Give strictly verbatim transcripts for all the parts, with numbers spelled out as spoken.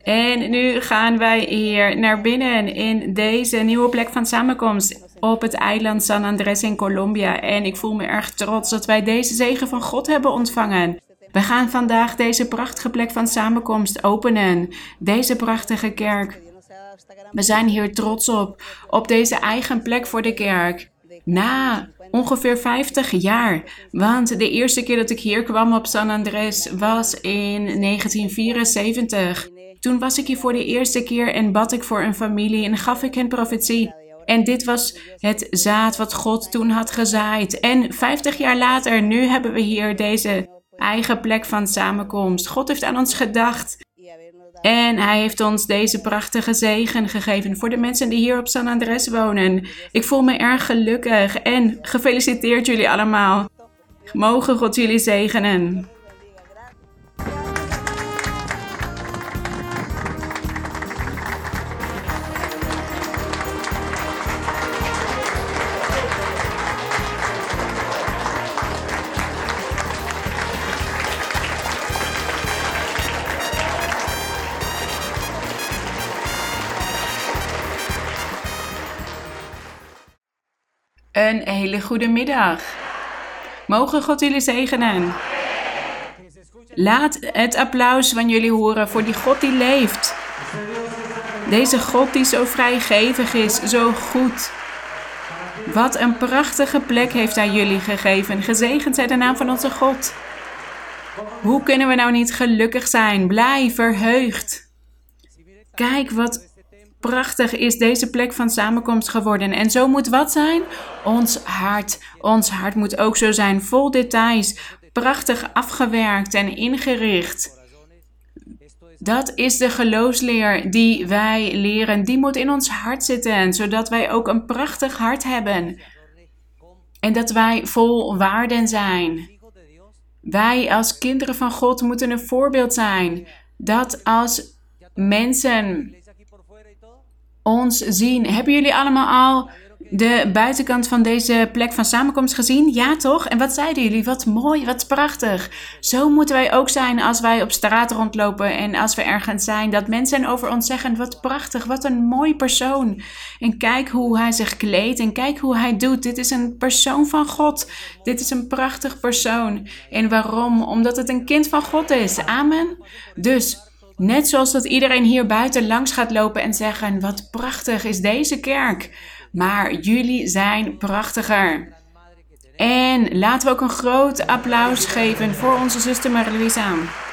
En nu gaan wij hier naar binnen in deze nieuwe plek van samenkomst op het eiland San Andrés in Colombia. En ik voel me erg trots dat wij deze zegen van God hebben ontvangen. We gaan vandaag deze prachtige plek van samenkomst openen. Deze prachtige kerk. We zijn hier trots op, op deze eigen plek voor de kerk. Na ongeveer vijftig jaar. Want de eerste keer dat ik hier kwam op San Andrés was in negentien vierenzeventig. Toen was ik hier voor de eerste keer en bad ik voor een familie en gaf ik hen profetie. En dit was het zaad wat God toen had gezaaid. En vijftig jaar later, nu hebben we hier deze eigen plek van samenkomst. God heeft aan ons gedacht. En hij heeft ons deze prachtige zegen gegeven voor de mensen die hier op San Andrés wonen. Ik voel me erg gelukkig en gefeliciteerd jullie allemaal. Mogen God jullie zegenen. Een hele goede middag. Mogen God jullie zegenen. Laat het applaus van jullie horen voor die God die leeft. Deze God die zo vrijgevig is, zo goed. Wat een prachtige plek heeft hij jullie gegeven. Gezegend zij de naam van onze God. Hoe kunnen we nou niet gelukkig zijn, blij, verheugd? Kijk wat prachtig is deze plek van samenkomst geworden. En zo moet wat zijn? Ons hart. Ons hart moet ook zo zijn, vol details, prachtig afgewerkt en ingericht. Dat is de geloofsleer die wij leren. Die moet in ons hart zitten, zodat wij ook een prachtig hart hebben. En dat wij vol waarden zijn. Wij als kinderen van God moeten een voorbeeld zijn. Dat als mensen ons zien. Hebben jullie allemaal al de buitenkant van deze plek van samenkomst gezien? Ja, toch? En wat zeiden jullie? Wat mooi, wat prachtig. Zo moeten wij ook zijn als wij op straat rondlopen en als we ergens zijn. Dat mensen over ons zeggen, wat prachtig, wat een mooi persoon. En kijk hoe hij zich kleedt en kijk hoe hij doet. Dit is een persoon van God. Dit is een prachtig persoon. En waarom? Omdat het een kind van God is. Amen. Dus net zoals dat iedereen hier buiten langs gaat lopen en zeggen, wat prachtig is deze kerk. Maar jullie zijn prachtiger. En laten we ook een groot applaus geven voor onze zuster Maria-Luisa.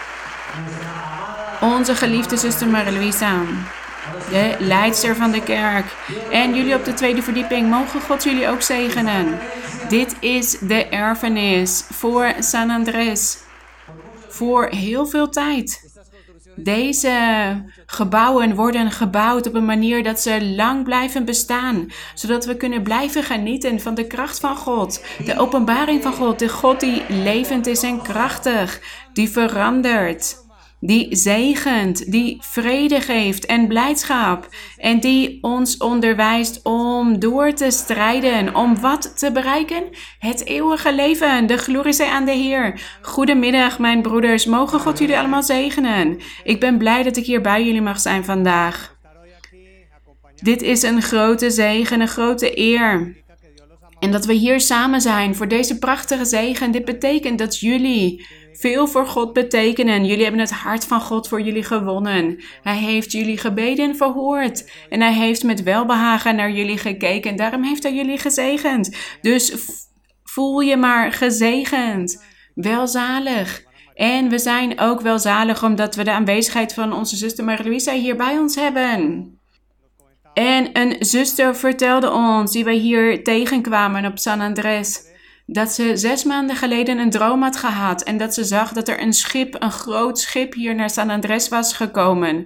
Onze geliefde zuster Maria-Luisa. De leidster van de kerk. En jullie op de tweede verdieping, mogen God jullie ook zegenen. Dit is de erfenis voor San Andrés. Voor heel veel tijd. Deze gebouwen worden gebouwd op een manier dat ze lang blijven bestaan. Zodat we kunnen blijven genieten van de kracht van God. De openbaring van God. De God die levend is en krachtig. Die verandert. Die zegent. Die vrede geeft en blijdschap. En die ons onderwijst om door te strijden. Om wat te bereiken? Het eeuwige leven. De glorie zij aan de Heer. Goedemiddag mijn broeders. Mogen God jullie allemaal zegenen. Ik ben blij dat ik hier bij jullie mag zijn vandaag. Dit is een grote zegen, een grote eer. En dat we hier samen zijn voor deze prachtige zegen. Dit betekent dat jullie veel voor God betekenen. Jullie hebben het hart van God voor jullie gewonnen. Hij heeft jullie gebeden verhoord. En hij heeft met welbehagen naar jullie gekeken. Daarom heeft hij jullie gezegend. Dus voel je maar gezegend. Welzalig. En we zijn ook welzalig omdat we de aanwezigheid van onze zuster Maria-Luisa hier bij ons hebben. En een zuster vertelde ons, die wij hier tegenkwamen op San Andrés, dat ze zes maanden geleden een droom had gehad en dat ze zag dat er een schip, een groot schip hier naar San Andrés was gekomen.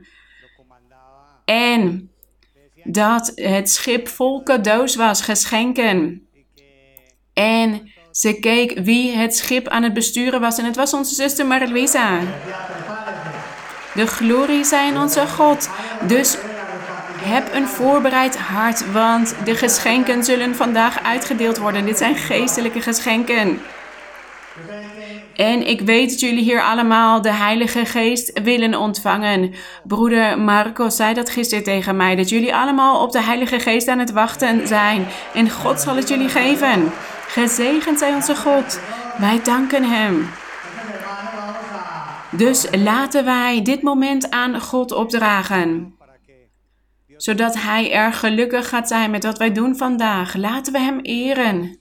En dat het schip vol cadeaus was, geschenken. En ze keek wie het schip aan het besturen was en het was onze zuster Maria-Luisa. De glorie zij in onze God. Dus heb een voorbereid hart, want de geschenken zullen vandaag uitgedeeld worden. Dit zijn geestelijke geschenken. En ik weet dat jullie hier allemaal de Heilige Geest willen ontvangen. Broeder Marco zei dat gisteren tegen mij, dat jullie allemaal op de Heilige Geest aan het wachten zijn. En God zal het jullie geven. Gezegend zij onze God. Wij danken Hem. Dus laten wij dit moment aan God opdragen. Zodat Hij erg gelukkig gaat zijn met wat wij doen vandaag. Laten we Hem eren.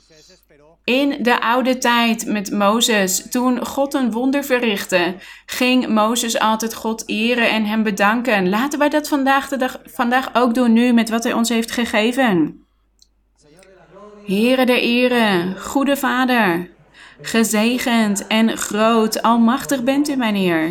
In de oude tijd met Mozes, toen God een wonder verrichtte, ging Mozes altijd God eren en Hem bedanken. Laten wij dat vandaag, de dag, vandaag ook doen nu met wat Hij ons heeft gegeven. Heere der ere, goede Vader, gezegend en groot, almachtig bent U, mijn Heer.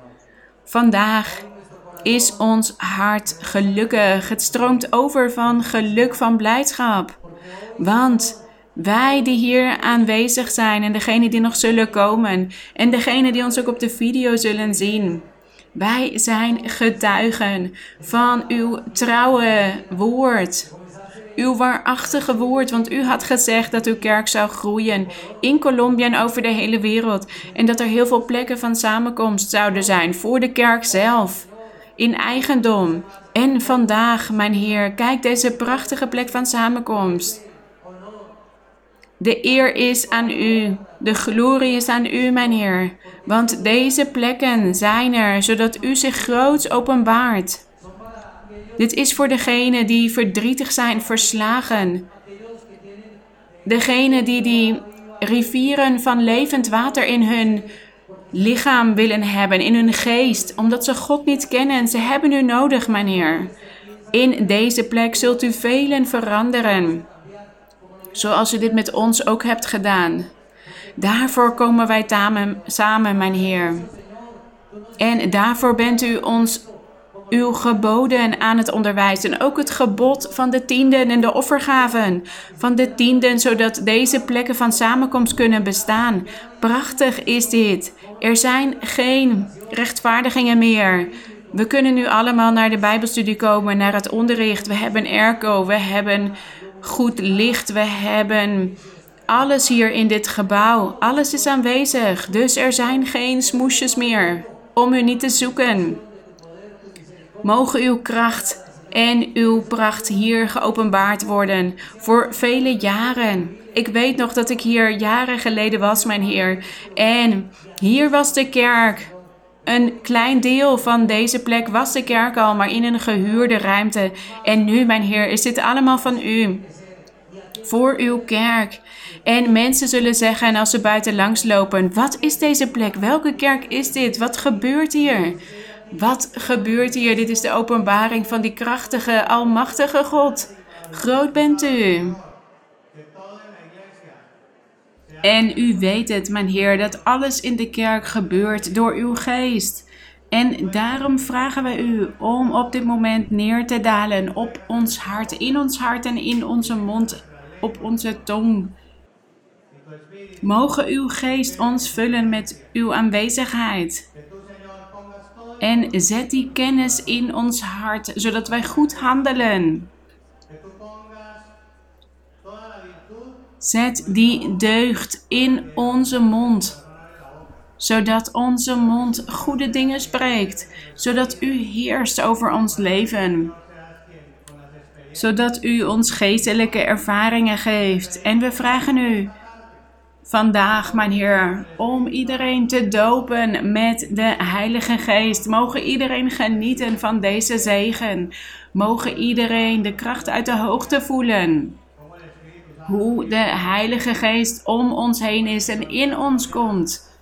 Vandaag is ons hart gelukkig. Het stroomt over van geluk, van blijdschap. Want wij die hier aanwezig zijn en degenen die nog zullen komen en degenen die ons ook op de video zullen zien. Wij zijn getuigen van uw trouwe woord. Uw waarachtige woord, want u had gezegd dat uw kerk zou groeien in Colombia en over de hele wereld. En dat er heel veel plekken van samenkomst zouden zijn voor de kerk zelf. In eigendom. En vandaag, mijn Heer, kijk deze prachtige plek van samenkomst. De eer is aan u, de glorie is aan u, mijn Heer. Want deze plekken zijn er, zodat u zich groots openbaart. Dit is voor degenen die verdrietig zijn, verslagen. Degenen die die rivieren van levend water in hun lichaam willen hebben, in hun geest, omdat ze God niet kennen. Ze hebben u nodig, mijn Heer. In deze plek zult u velen veranderen. Zoals u dit met ons ook hebt gedaan. Daarvoor komen wij tamen, samen, mijn Heer. En daarvoor bent u ons uw geboden aan het onderwijzen. Ook het gebod van de tienden en de offergaven van de tienden, zodat deze plekken van samenkomst kunnen bestaan. Prachtig is dit. Er zijn geen rechtvaardigingen meer. We kunnen nu allemaal naar de Bijbelstudie komen, naar het onderricht. We hebben airco, we hebben goed licht, we hebben alles hier in dit gebouw. Alles is aanwezig, dus er zijn geen smoesjes meer om u niet te zoeken. Mogen uw kracht en uw pracht hier geopenbaard worden voor vele jaren. Ik weet nog dat ik hier jaren geleden was, mijn Heer. En hier was de kerk. Een klein deel van deze plek was de kerk al, maar in een gehuurde ruimte. En nu, mijn Heer, is dit allemaal van u. Voor uw kerk. En mensen zullen zeggen als ze buiten langs lopen: wat is deze plek? Welke kerk is dit? Wat gebeurt hier? Wat gebeurt hier? Dit is de openbaring van die krachtige, almachtige God. Groot bent u. En u weet het, mijn Heer, dat alles in de kerk gebeurt door uw geest. En daarom vragen wij u om op dit moment neer te dalen op ons hart, in ons hart en in onze mond, op onze tong. Mogen uw geest ons vullen met uw aanwezigheid. En zet die kennis in ons hart, zodat wij goed handelen. Zet die deugd in onze mond, zodat onze mond goede dingen spreekt, zodat u heerst over ons leven, zodat u ons geestelijke ervaringen geeft. En we vragen u vandaag, mijn Heer, om iedereen te dopen met de Heilige Geest. Mogen iedereen genieten van deze zegen. Mogen iedereen de kracht uit de hoogte voelen. Hoe de Heilige Geest om ons heen is en in ons komt.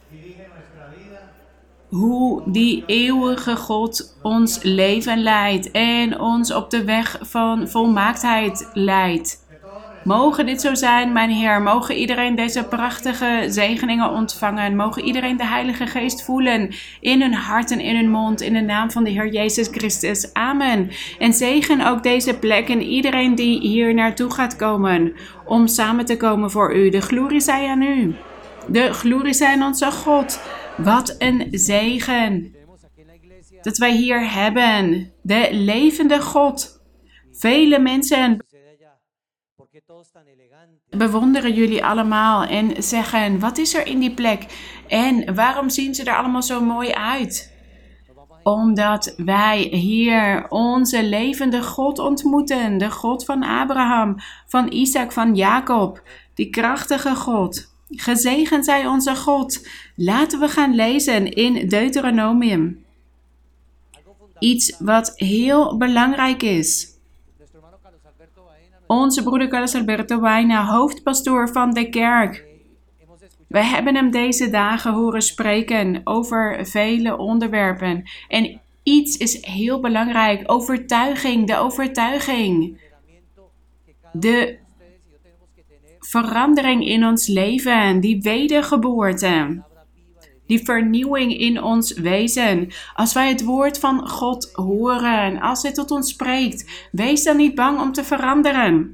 Hoe die eeuwige God ons leven leidt en ons op de weg van volmaaktheid leidt. Mogen dit zo zijn, mijn Heer. Mogen iedereen deze prachtige zegeningen ontvangen. Mogen iedereen de Heilige Geest voelen in hun hart en in hun mond. In de naam van de Heer Jezus Christus. Amen. En zegen ook deze plek en iedereen die hier naartoe gaat komen. Om samen te komen voor u. De glorie zij aan u. De glorie zij aan onze God. Wat een zegen. Dat wij hier hebben. De levende God. Vele mensen bewonderen jullie allemaal en zeggen, wat is er in die plek? En waarom zien ze er allemaal zo mooi uit? Omdat wij hier onze levende God ontmoeten. De God van Abraham, van Isaac, van Jacob. Die krachtige God. Gezegend zij onze God. Laten we gaan lezen in Deuteronomium. Iets wat heel belangrijk is. Onze broeder Carlos Alberto Baena, hoofdpastoor van de kerk. We hebben hem deze dagen horen spreken over vele onderwerpen. En iets is heel belangrijk. Overtuiging, de overtuiging. De verandering in ons leven, die wedergeboorte. Die vernieuwing in ons wezen. Als wij het woord van God horen, als hij tot ons spreekt, wees dan niet bang om te veranderen.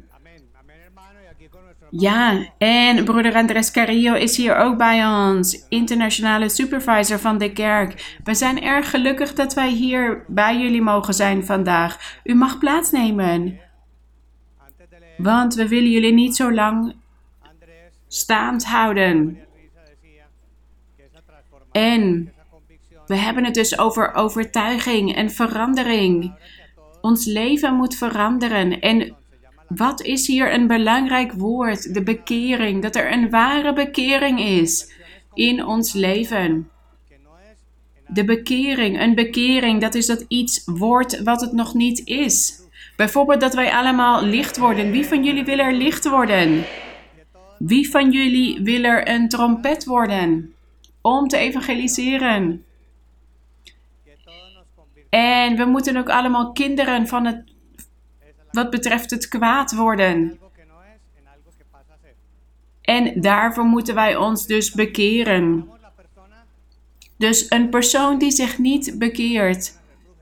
Ja, en broeder Andres Carrillo is hier ook bij ons, internationale supervisor van de kerk. We zijn erg gelukkig dat wij hier bij jullie mogen zijn vandaag. U mag plaatsnemen, want we willen jullie niet zo lang staand houden. En we hebben het dus over overtuiging en verandering. Ons leven moet veranderen. En wat is hier een belangrijk woord? De bekering. Dat er een ware bekering is in ons leven. De bekering. Een bekering, dat is dat iets wordt wat het nog niet is. Bijvoorbeeld dat wij allemaal licht worden. Wie van jullie wil er licht worden? Wie van jullie wil er een trompet worden? Om te evangeliseren. En we moeten ook allemaal kinderen van het, wat betreft het kwaad worden. En daarvoor moeten wij ons dus bekeren. Dus een persoon die zich niet bekeert.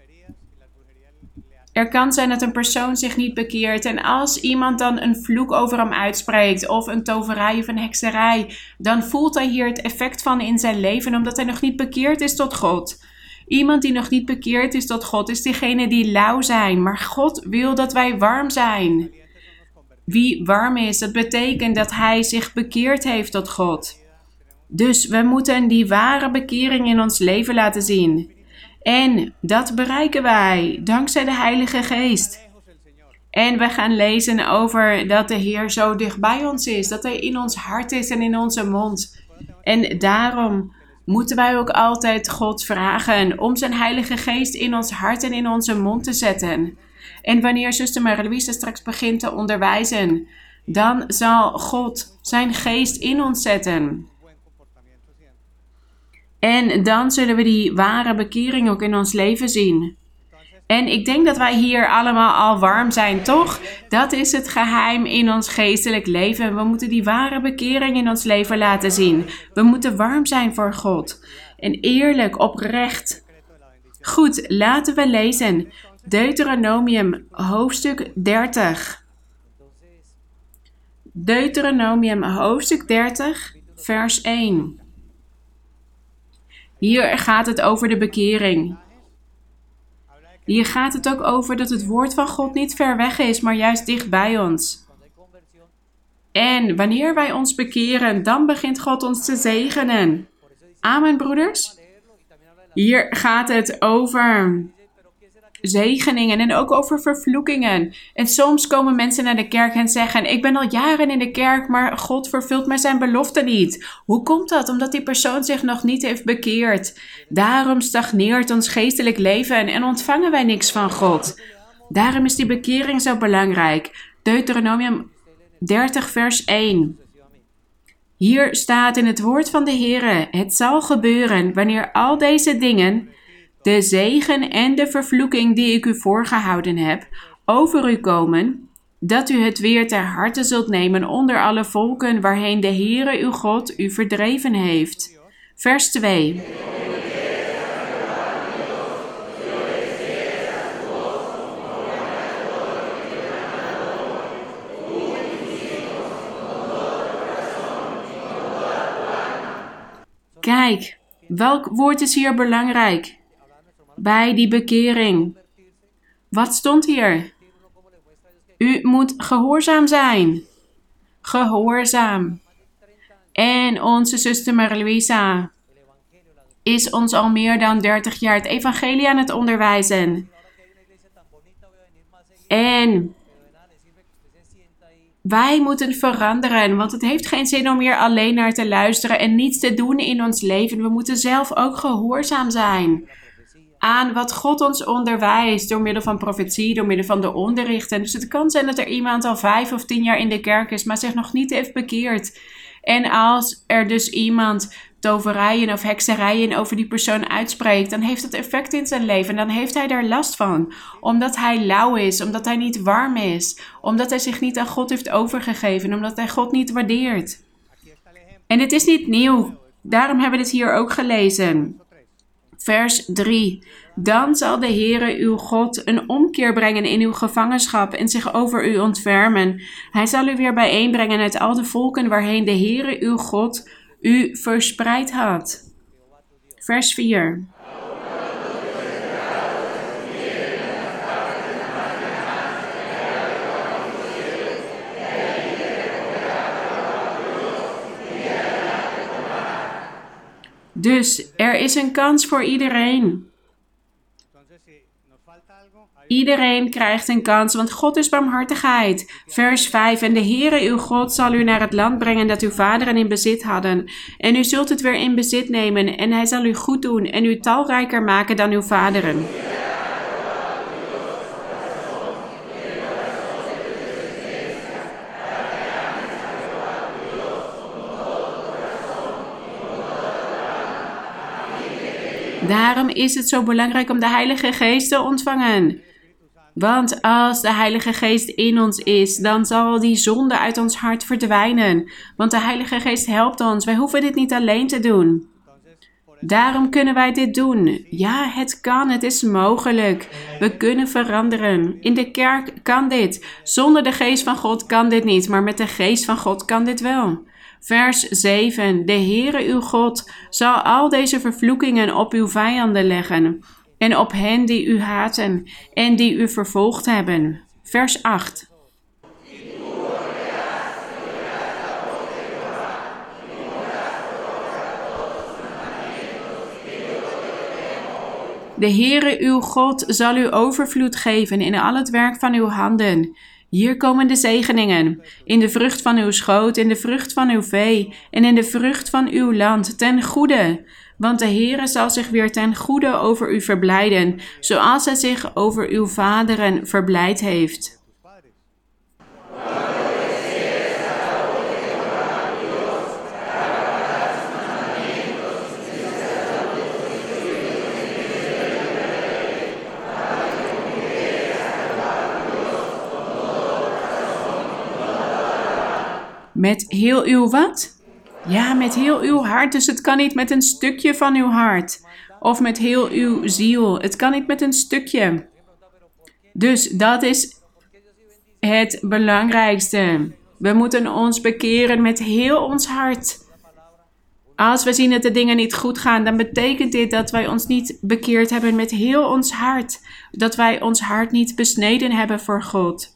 Er kan zijn dat een persoon zich niet bekeert. En als iemand dan een vloek over hem uitspreekt. Of een toverij of een hekserij. Dan voelt hij hier het effect van in zijn leven. Omdat hij nog niet bekeerd is tot God. Iemand die nog niet bekeerd is tot God. Is diegene die lauw zijn. Maar God wil dat wij warm zijn. Wie warm is, dat betekent dat hij zich bekeerd heeft tot God. Dus we moeten die ware bekering in ons leven laten zien. En dat bereiken wij dankzij de Heilige Geest. En we gaan lezen over dat de Heer zo dicht bij ons is. Dat hij in ons hart is en in onze mond. En daarom moeten wij ook altijd God vragen om zijn Heilige Geest in ons hart en in onze mond te zetten. En wanneer zuster Marie-Louise straks begint te onderwijzen, dan zal God zijn geest in ons zetten. En dan zullen we die ware bekering ook in ons leven zien. En ik denk dat wij hier allemaal al warm zijn, toch? Dat is het geheim in ons geestelijk leven. We moeten die ware bekering in ons leven laten zien. We moeten warm zijn voor God. En eerlijk, oprecht. Goed, laten we lezen. Deuteronomium, hoofdstuk dertig. Deuteronomium, hoofdstuk dertig, vers één. Hier gaat het over de bekering. Hier gaat het ook over dat het woord van God niet ver weg is, maar juist dicht bij ons. En wanneer wij ons bekeren, dan begint God ons te zegenen. Amen, broeders. Hier gaat het over zegeningen en ook over vervloekingen. En soms komen mensen naar de kerk en zeggen, ik ben al jaren in de kerk, maar God vervult mij zijn belofte niet. Hoe komt dat? Omdat die persoon zich nog niet heeft bekeerd. Daarom stagneert ons geestelijk leven en ontvangen wij niks van God. Daarom is die bekering zo belangrijk. Deuteronomium dertig vers één. Hier staat in het woord van de Heere, het zal gebeuren wanneer al deze dingen, de zegen en de vervloeking die ik u voorgehouden heb, over u komen, dat u het weer ter harte zult nemen onder alle volken waarheen de Heere uw God u verdreven heeft. Vers twee. Kijk, welk woord is hier belangrijk? Bij die bekering. Wat stond hier? U moet gehoorzaam zijn. gehoorzaam. En onze zuster Maria-Louisa is ons al meer dan dertig jaar het evangelie aan het onderwijzen. En wij moeten veranderen, want het heeft geen zin om hier alleen naar te luisteren en niets te doen in ons leven. We moeten zelf ook gehoorzaam zijn aan wat God ons onderwijst door middel van profetie, door middel van de onderrichten. Dus het kan zijn dat er iemand al vijf of tien jaar in de kerk is, maar zich nog niet heeft bekeerd. En als er dus iemand toverijen of hekserijen over die persoon uitspreekt, dan heeft dat effect in zijn leven. En dan heeft hij daar last van. Omdat hij lauw is, omdat hij niet warm is, omdat hij zich niet aan God heeft overgegeven, omdat hij God niet waardeert. En het is niet nieuw. Daarom hebben we het hier ook gelezen. Vers drie. Dan zal de Heere uw God een omkeer brengen in uw gevangenschap en zich over u ontfermen. Hij zal u weer bijeenbrengen uit al de volken waarheen de Heere uw God u verspreid had. Vers vier. Dus er is een kans voor iedereen. Iedereen krijgt een kans, want God is barmhartigheid. Vers vijf. En de Heere uw God zal u naar het land brengen dat uw vaderen in bezit hadden. En u zult het weer in bezit nemen. En hij zal u goed doen en u talrijker maken dan uw vaderen. Daarom is het zo belangrijk om de Heilige Geest te ontvangen. Want als de Heilige Geest in ons is, dan zal die zonde uit ons hart verdwijnen. Want de Heilige Geest helpt ons. Wij hoeven dit niet alleen te doen. Daarom kunnen wij dit doen. Ja, het kan. Het is mogelijk. We kunnen veranderen. In de kerk kan dit. Zonder de Geest van God kan dit niet. Maar met de Geest van God kan dit wel. Vers zeven. De Heere uw God zal al deze vervloekingen op uw vijanden leggen. En op hen die u haten en die u vervolgd hebben. Vers acht. De Heere uw God zal u overvloed geven in al het werk van uw handen. Hier komen de zegeningen, in de vrucht van uw schoot, in de vrucht van uw vee en in de vrucht van uw land, ten goede. Want de Heere zal zich weer ten goede over u verblijden, zoals hij zich over uw vaderen verblijd heeft. Met heel uw wat? Ja, met heel uw hart. Dus het kan niet met een stukje van uw hart. Of met heel uw ziel. Het kan niet met een stukje. Dus dat is het belangrijkste. We moeten ons bekeren met heel ons hart. Als we zien dat de dingen niet goed gaan, dan betekent dit dat wij ons niet bekeerd hebben met heel ons hart. Dat wij ons hart niet besneden hebben voor God.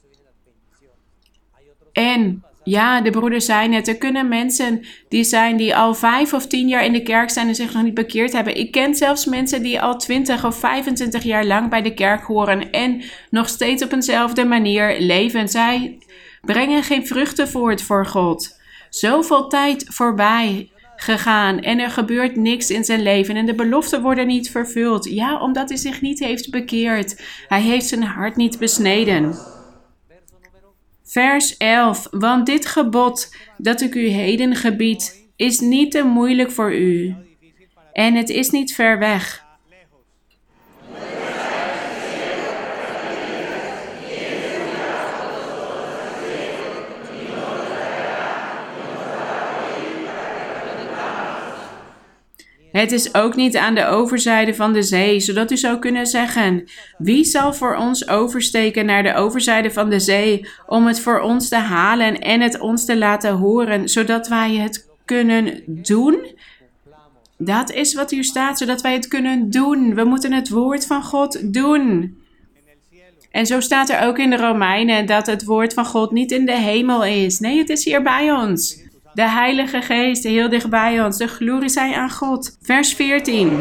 En ja, de broeder zei net, er kunnen mensen die zijn die al vijf of tien jaar in de kerk zijn en zich nog niet bekeerd hebben. Ik ken zelfs mensen die al twintig of vijfentwintig jaar lang bij de kerk horen en nog steeds op eenzelfde manier leven. Zij brengen geen vruchten voort voor God. Zoveel tijd voorbij gegaan en er gebeurt niks in zijn leven en de beloften worden niet vervuld. Ja, omdat hij zich niet heeft bekeerd. Hij heeft zijn hart niet besneden. Vers elf. Want dit gebod dat ik u heden gebied is niet te moeilijk voor u en het is niet ver weg. Het is ook niet aan de overzijde van de zee, zodat u zou kunnen zeggen: wie zal voor ons oversteken naar de overzijde van de zee, om het voor ons te halen en het ons te laten horen, zodat wij het kunnen doen? Dat is wat hier staat, zodat wij het kunnen doen. We moeten het woord van God doen. En zo staat er ook in de Romeinen dat het woord van God niet in de hemel is. Nee, het is hier bij ons. De Heilige Geest, heel dicht bij ons. De glorie zij aan God. Vers veertien.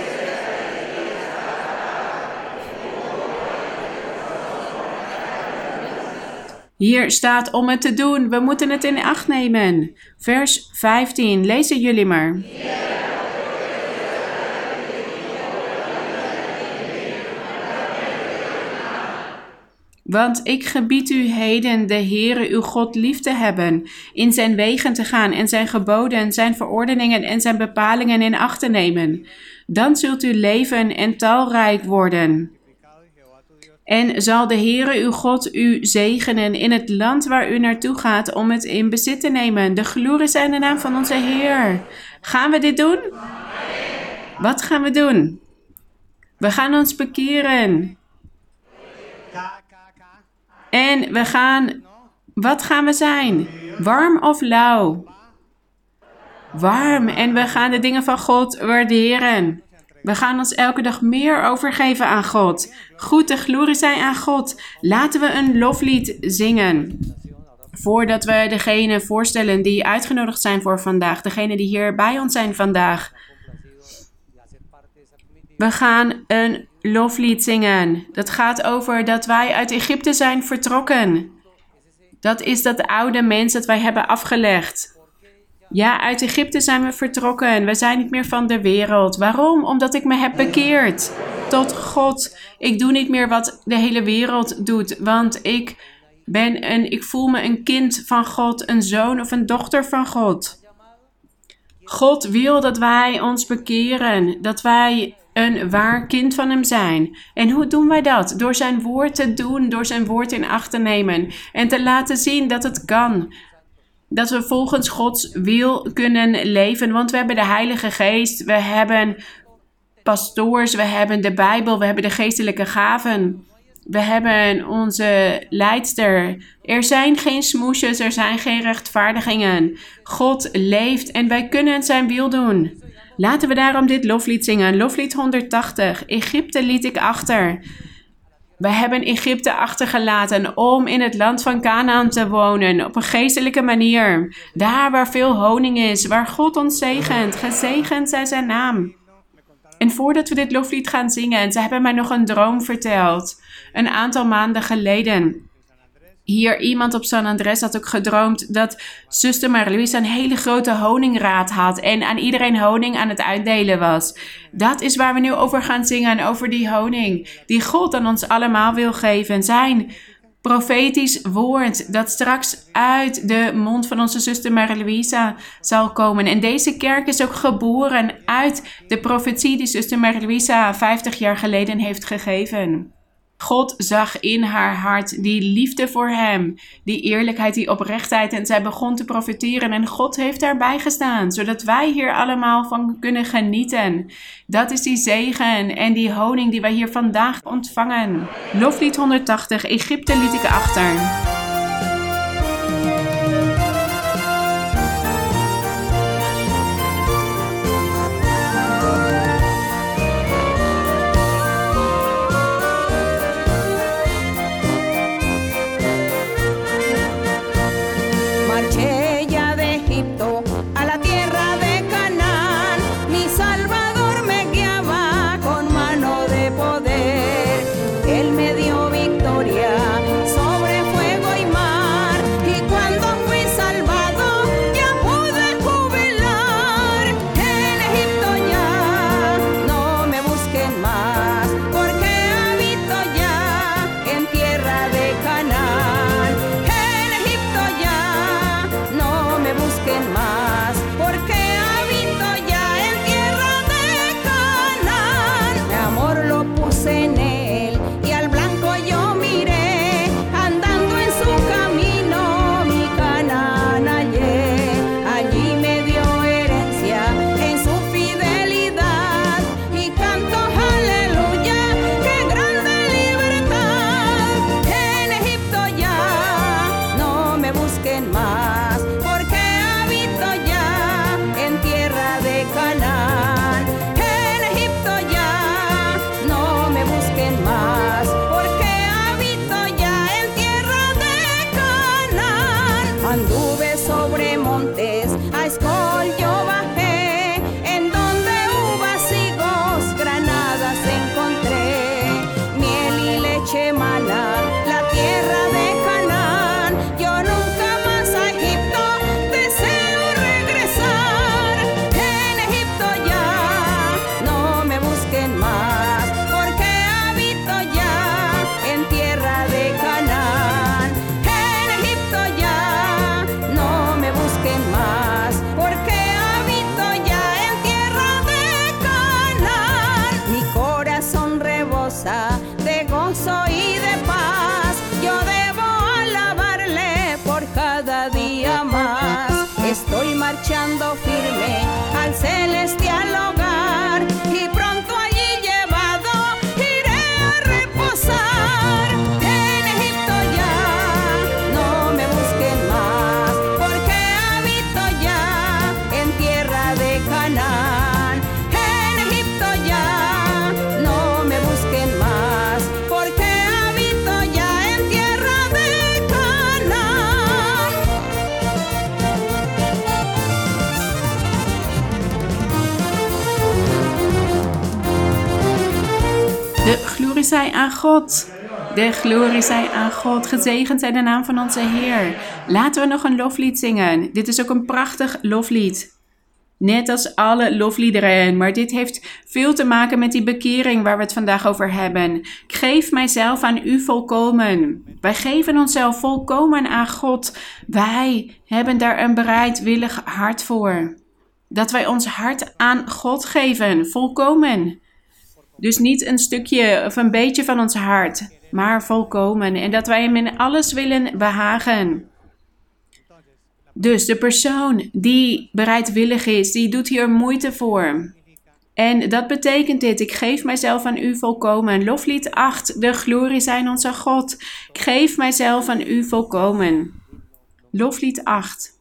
Hier staat om het te doen. We moeten het in acht nemen. Vers vijftien. Lezen jullie maar. Want ik gebied u heden de Heere uw God lief te hebben, in zijn wegen te gaan en zijn geboden, zijn verordeningen en zijn bepalingen in acht te nemen. Dan zult u leven en talrijk worden. En zal de Heere uw God u zegenen in het land waar u naartoe gaat om het in bezit te nemen. De glorie zij in de naam van onze Heer. Gaan we dit doen? Wat gaan we doen? We gaan ons bekeren. En we gaan, wat gaan we zijn? Warm of lauw? Warm. En we gaan de dingen van God waarderen. We gaan ons elke dag meer overgeven aan God. Goed, de glorie zij aan God. Laten we een loflied zingen. Voordat we degene voorstellen die uitgenodigd zijn voor vandaag. Degene die hier bij ons zijn vandaag. We gaan een loflied zingen. Dat gaat over dat wij uit Egypte zijn vertrokken. Dat is dat oude mens dat wij hebben afgelegd. Ja, uit Egypte zijn we vertrokken. We zijn niet meer van de wereld. Waarom? Omdat ik me heb bekeerd tot God. Ik doe niet meer wat de hele wereld doet. Want ik ben een, ik voel me een kind van God, een zoon of een dochter van God. God wil dat wij ons bekeren. Dat wij een waar kind van hem zijn. En hoe doen wij dat? Door zijn woord te doen, door zijn woord in acht te nemen. En te laten zien dat het kan. Dat we volgens Gods wil kunnen leven. Want we hebben de Heilige Geest, we hebben pastoors, we hebben de Bijbel, we hebben de geestelijke gaven. We hebben onze leidster. Er zijn geen smoesjes, er zijn geen rechtvaardigingen. God leeft en wij kunnen zijn wil doen. Laten we daarom dit loflied zingen. Loflied honderdtachtig. Egypte liet ik achter. We hebben Egypte achtergelaten om in het land van Canaan te wonen. Op een geestelijke manier. Daar waar veel honing is. Waar God ons zegent. Gezegend zij zijn naam. En voordat we dit loflied gaan zingen. Ze hebben mij nog een droom verteld. Een aantal maanden geleden. Hier iemand op San Andres had ook gedroomd dat zuster Marie-Louise een hele grote honingraad had. En aan iedereen honing aan het uitdelen was. Dat is waar we nu over gaan zingen. Over die honing. Die God aan ons allemaal wil geven. Zijn profetisch woord. Dat straks uit de mond van onze zuster Marie-Louise zal komen. En deze kerk is ook geboren uit de profetie die zuster Marie-Louise vijftig jaar geleden heeft gegeven. God zag in haar hart die liefde voor hem, die eerlijkheid, die oprechtheid en zij begon te profiteren en God heeft daarbij gestaan, zodat wij hier allemaal van kunnen genieten. Dat is die zegen en die honing die wij hier vandaag ontvangen. Loflied honderdtachtig, Egypte liet ik achter. Más, porque habito montes a escol yo bajé, en donde uvas, higos, granadas encontré, miel y leche mana, la tierra de Canaán. Yo nunca más a Egipto deseo regresar. En Egipto ya no me busquen más, porque habito ya en tierra de Canaán. En Egipto ya no me busquen más, porque habito ya en tierra de Canaán. Mi corazón rebosa de gozo y de paz, yo debo alabarle por cada día más. Estoy marchando firme al celestial hogar, y pronto allí llevado iré a reposar. En Egipto ya no me busquen más, porque habito ya en tierra de Canaán. En Egipto ya no me busquen más, porque habito ya en tierra de Canaán. De glorie zij aan God. De glorie zij aan God. Gezegend zij de naam van onze Heer. Laten we nog een loflied zingen. Dit is ook een prachtig loflied. Net als alle lofliederen. Maar dit heeft veel te maken met die bekering waar we het vandaag over hebben. Ik geef mijzelf aan u volkomen. Wij geven onszelf volkomen aan God. Wij hebben daar een bereidwillig hart voor. Dat wij ons hart aan God geven. Volkomen. Dus niet een stukje of een beetje van ons hart, maar volkomen. En dat wij hem in alles willen behagen. Dus de persoon die bereidwillig is, die doet hier moeite voor. En dat betekent dit: ik geef mijzelf aan u volkomen. Loflied acht, de glorie zij aan onze God. Ik geef mijzelf aan u volkomen. Loflied acht.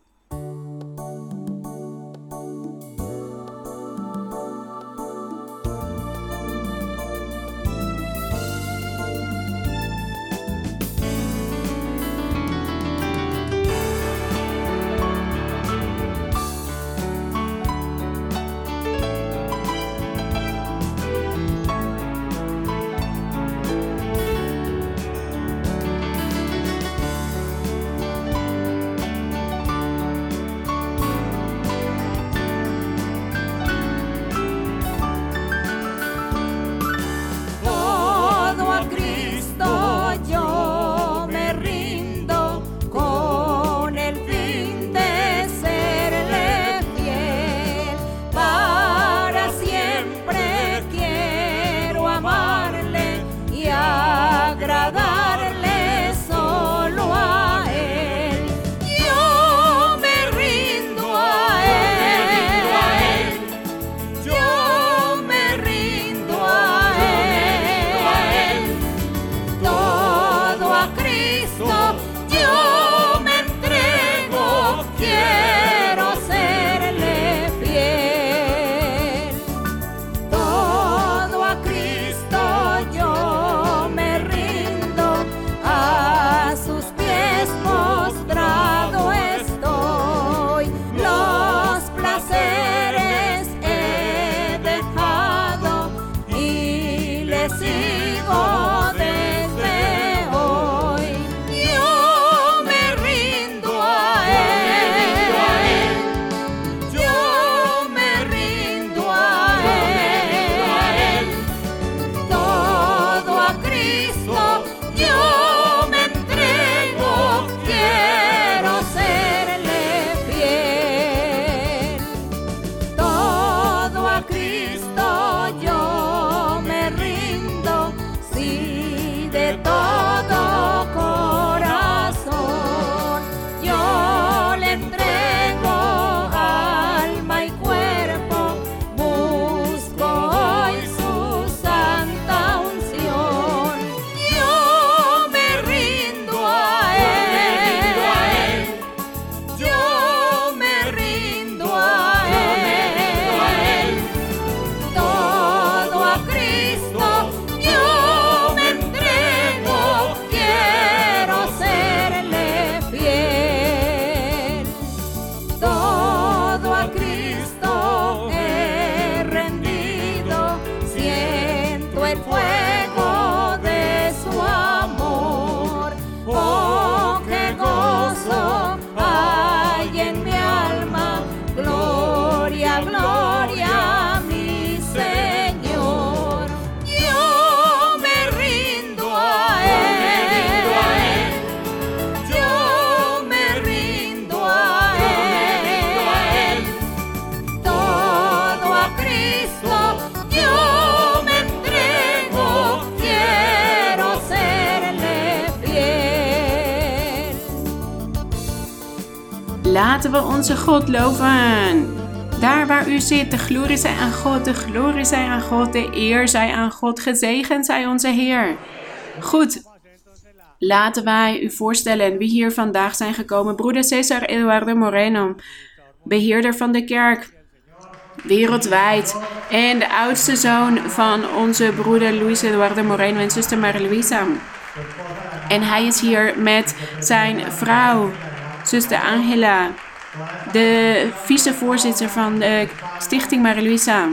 Laten we onze God loven. Daar waar u zit, de glorie zij aan God, de glorie zij aan God, de eer zij aan God, gezegend zij onze Heer. Goed, laten wij u voorstellen wie hier vandaag zijn gekomen. Broeder Cesar Eduardo Moreno, beheerder van de kerk, wereldwijd. En de oudste zoon van onze broeder Luis Eduardo Moreno en zuster Maria Luisa. En hij is hier met zijn vrouw, zuster Angela, de vicevoorzitter van de stichting Maria Luisa.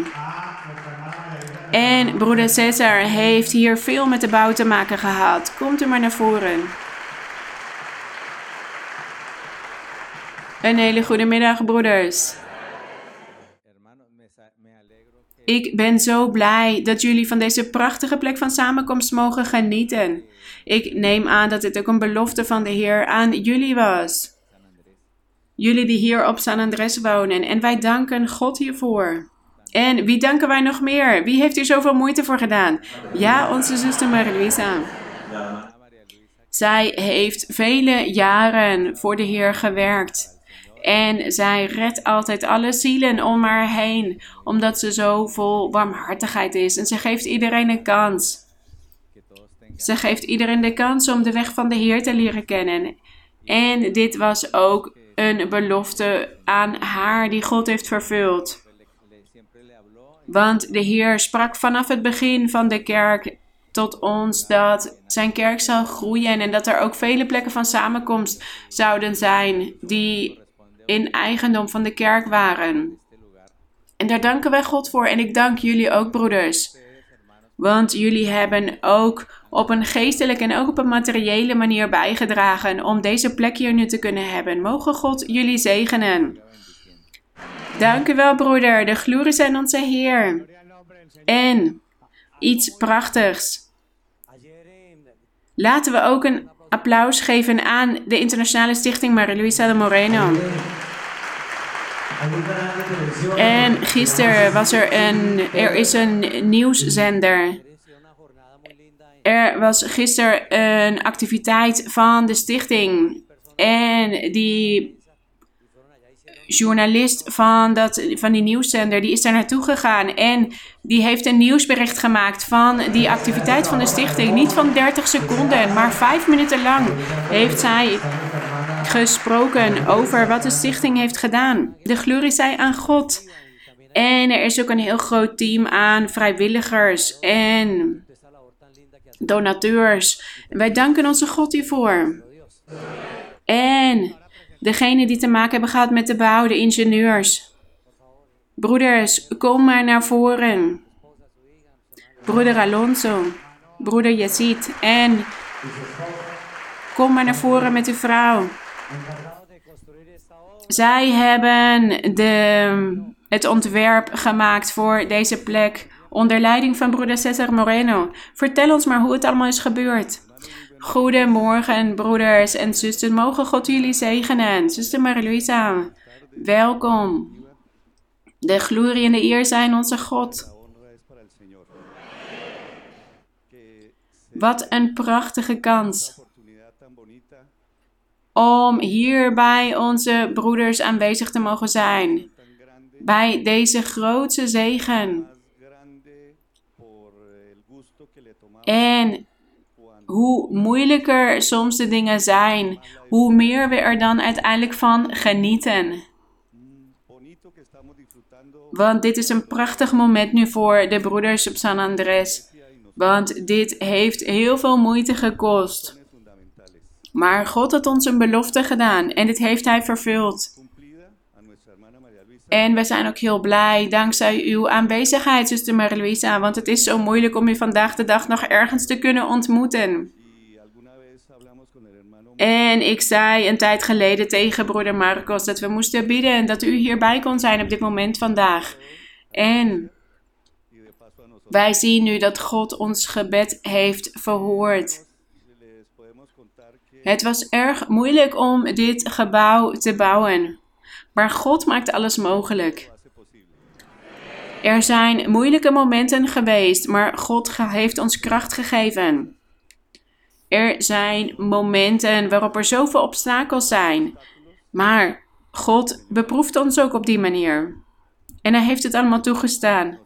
En broeder Cesar heeft hier veel met de bouw te maken gehad. Komt u maar naar voren. Een hele goede middag, broeders. Ik ben zo blij dat jullie van deze prachtige plek van samenkomst mogen genieten. Ik neem aan dat dit ook een belofte van de Heer aan jullie was. Jullie die hier op San Andrés wonen. En wij danken God hiervoor. En wie danken wij nog meer? Wie heeft hier zoveel moeite voor gedaan? Ja, onze zuster Maria Luisa. Zij heeft vele jaren voor de Heer gewerkt. En zij redt altijd alle zielen om haar heen. Omdat ze zo vol warmhartigheid is. En ze geeft iedereen een kans. Ze geeft iedereen de kans om de weg van de Heer te leren kennen. En dit was ook een belofte aan haar die God heeft vervuld. Want de Heer sprak vanaf het begin van de kerk tot ons dat zijn kerk zou groeien. En dat er ook vele plekken van samenkomst zouden zijn die in eigendom van de kerk waren. En daar danken wij God voor. En ik dank jullie ook, broeders. Want jullie hebben ook op een geestelijke en ook op een materiële manier bijgedragen om deze plek hier nu te kunnen hebben. Mogen God jullie zegenen. Dank u wel, broeder. De glorie is aan onze Heer. En iets prachtigs. Laten we ook een applaus geven aan de internationale stichting Maria Luisa de Moreno. En gisteren was er een, er is een nieuwszender. Er was gisteren een activiteit van de stichting. En die journalist van, dat, van die nieuwszender, die is daar naartoe gegaan. En die heeft een nieuwsbericht gemaakt van die activiteit van de stichting. Niet van dertig seconden, maar vijf minuten lang heeft zij gesproken over wat de stichting heeft gedaan. De glorie zij aan God. En er is ook een heel groot team aan vrijwilligers en donateurs. Wij danken onze God hiervoor. En degenen die te maken hebben gehad met de bouw, de ingenieurs. Broeders, kom maar naar voren. Broeder Alonso, broeder Yazid en kom maar naar voren met uw vrouw. Zij hebben de, het ontwerp gemaakt voor deze plek onder leiding van broeder Cesar Moreno. Vertel ons maar hoe het allemaal is gebeurd. Goedemorgen, broeders en zusters. Mogen God jullie zegenen. Zuster Maria Luisa, welkom. De glorie en de eer zijn onze God. Wat een prachtige kans om hier bij onze broeders aanwezig te mogen zijn. Bij deze grootse zegen. En hoe moeilijker soms de dingen zijn, hoe meer we er dan uiteindelijk van genieten. Want dit is een prachtig moment nu voor de broeders op San Andrés. Want dit heeft heel veel moeite gekost. Maar God had ons een belofte gedaan en dit heeft Hij vervuld. En we zijn ook heel blij dankzij uw aanwezigheid, zuster Maria Luisa. Want het is zo moeilijk om u vandaag de dag nog ergens te kunnen ontmoeten. En ik zei een tijd geleden tegen broeder Marcos dat we moesten bidden en dat u hierbij kon zijn op dit moment vandaag. En wij zien nu dat God ons gebed heeft verhoord. Het was erg moeilijk om dit gebouw te bouwen. Maar God maakt alles mogelijk. Er zijn moeilijke momenten geweest, maar God heeft ons kracht gegeven. Er zijn momenten waarop er zoveel obstakels zijn. Maar God beproeft ons ook op die manier. En hij heeft het allemaal toegestaan.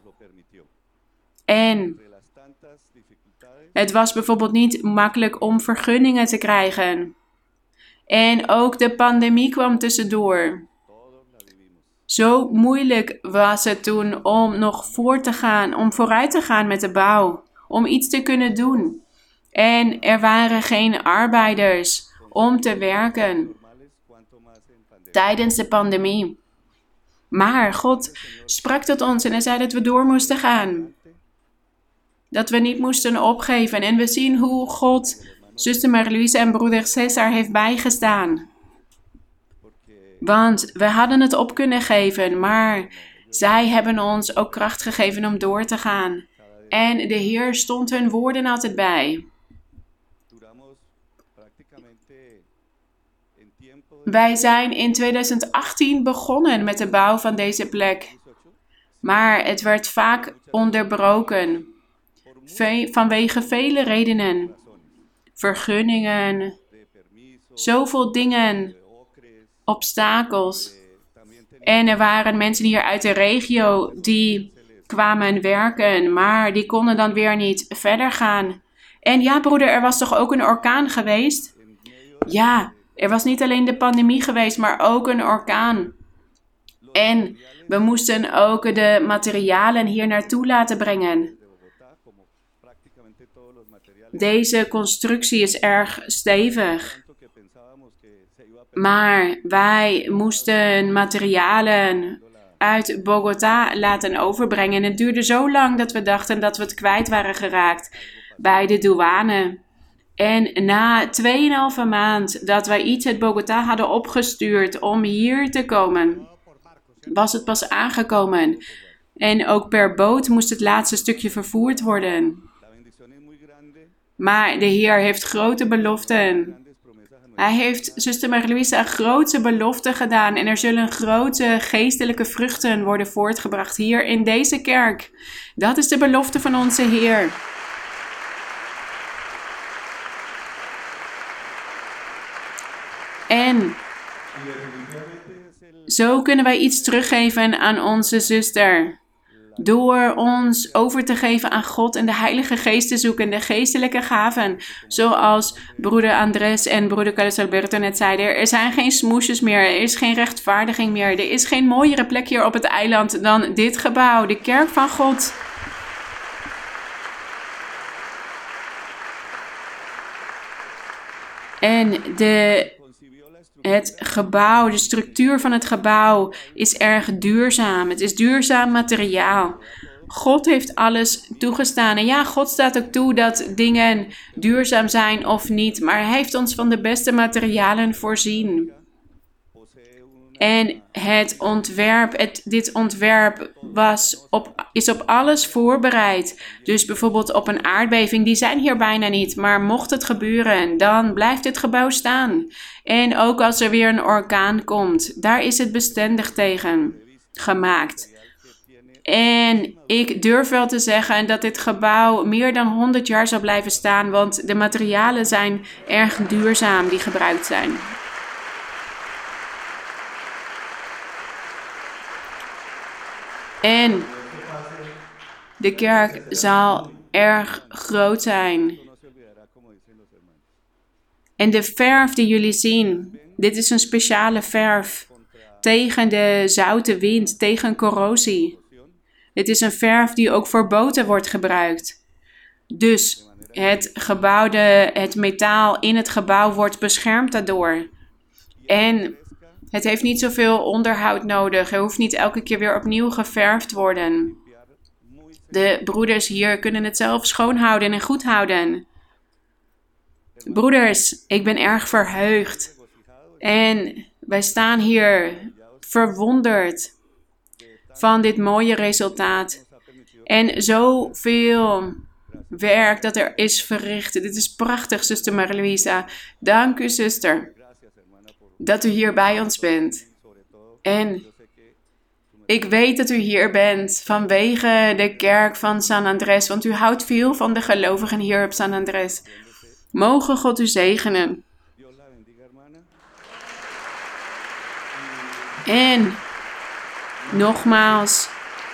En het was bijvoorbeeld niet makkelijk om vergunningen te krijgen. En ook de pandemie kwam tussendoor. Zo moeilijk was het toen om nog voor te gaan, om vooruit te gaan met de bouw. Om iets te kunnen doen. En er waren geen arbeiders om te werken tijdens de pandemie. Maar God sprak tot ons en hij zei dat we door moesten gaan. Dat we niet moesten opgeven. En we zien hoe God zuster Marie-Louise en broeder Cesar heeft bijgestaan. Want we hadden het op kunnen geven, maar zij hebben ons ook kracht gegeven om door te gaan. En de Heer stond hun woorden altijd bij. Wij zijn in tweeduizend achttien begonnen met de bouw van deze plek. Maar het werd vaak onderbroken. Ve- vanwege vele redenen. Vergunningen. Zoveel dingen. Obstakels. En er waren mensen hier uit de regio die kwamen werken. Maar die konden dan weer niet verder gaan. En ja, broeder, er was toch ook een orkaan geweest? Ja. Er was niet alleen de pandemie geweest, maar ook een orkaan. En we moesten ook de materialen hier naartoe laten brengen. Deze constructie is erg stevig. Maar wij moesten materialen uit Bogota laten overbrengen. En het duurde zo lang dat we dachten dat we het kwijt waren geraakt bij de douane. En na tweeënhalve maand dat wij iets uit Bogota hadden opgestuurd om hier te komen, was het pas aangekomen. En ook per boot moest het laatste stukje vervoerd worden. Maar de Heer heeft grote beloften. Hij heeft zuster Marie-Louise een grote belofte gedaan. En er zullen grote geestelijke vruchten worden voortgebracht hier in deze kerk. Dat is de belofte van onze Heer. En zo kunnen wij iets teruggeven aan onze zuster. Door ons over te geven aan God en de Heilige Geest te zoeken, de geestelijke gaven. Zoals broeder Andres en broeder Carlos Alberto net zeiden, er zijn geen smoesjes meer, er is geen rechtvaardiging meer. Er is geen mooiere plek hier op het eiland dan dit gebouw, de kerk van God. En de... Het gebouw, de structuur van het gebouw is erg duurzaam. Het is duurzaam materiaal. God heeft alles toegestaan. En ja, God staat ook toe dat dingen duurzaam zijn of niet. Maar hij heeft ons van de beste materialen voorzien. En het ontwerp, het, dit ontwerp was op, is op alles voorbereid. Dus bijvoorbeeld op een aardbeving, die zijn hier bijna niet. Maar mocht het gebeuren, dan blijft het gebouw staan. En ook als er weer een orkaan komt, daar is het bestendig tegen gemaakt. En ik durf wel te zeggen dat dit gebouw meer dan honderd jaar zal blijven staan. Want de materialen zijn erg duurzaam die gebruikt zijn. En de kerk zal erg groot zijn. En de verf die jullie zien, dit is een speciale verf tegen de zoute wind, tegen corrosie. Het is een verf die ook voor boten wordt gebruikt. Dus het gebouw, de, het metaal in het gebouw wordt beschermd daardoor. En het heeft niet zoveel onderhoud nodig. Er hoeft niet elke keer weer opnieuw geverfd worden. De broeders hier kunnen het zelf schoonhouden en goed houden. Broeders, ik ben erg verheugd. En wij staan hier verwonderd van dit mooie resultaat. En zoveel werk dat er is verricht. Dit is prachtig, zuster Marie-Louise. Dank u, zuster, dat u hier bij ons bent. En ik weet dat u hier bent vanwege de kerk van San Andrés, want u houdt veel van de gelovigen hier op San Andrés. Mogen God u zegenen. En nogmaals,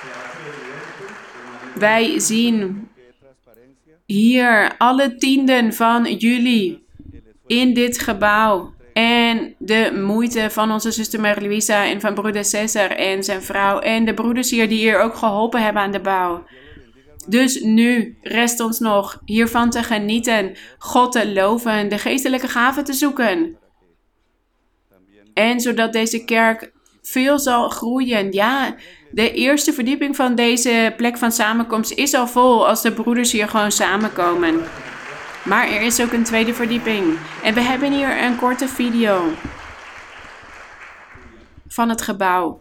wij zien hier alle tienden van jullie in dit gebouw. En de moeite van onze zuster Maria Luisa en van broeder Cesar en zijn vrouw. En de broeders hier die hier ook geholpen hebben aan de bouw. Dus nu rest ons nog hiervan te genieten, God te loven, de geestelijke gaven te zoeken. En zodat deze kerk veel zal groeien. Ja, de eerste verdieping van deze plek van samenkomst is al vol als de broeders hier gewoon samenkomen. Maar er is ook een tweede verdieping. En we hebben hier een korte video van het gebouw.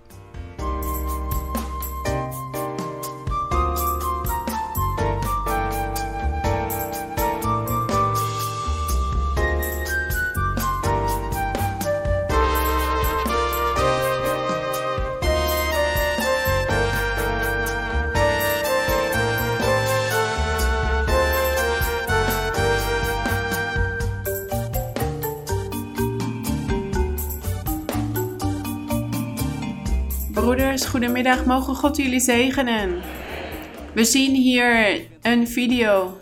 Broeders, goedemiddag. Mogen God jullie zegenen. We zien hier een video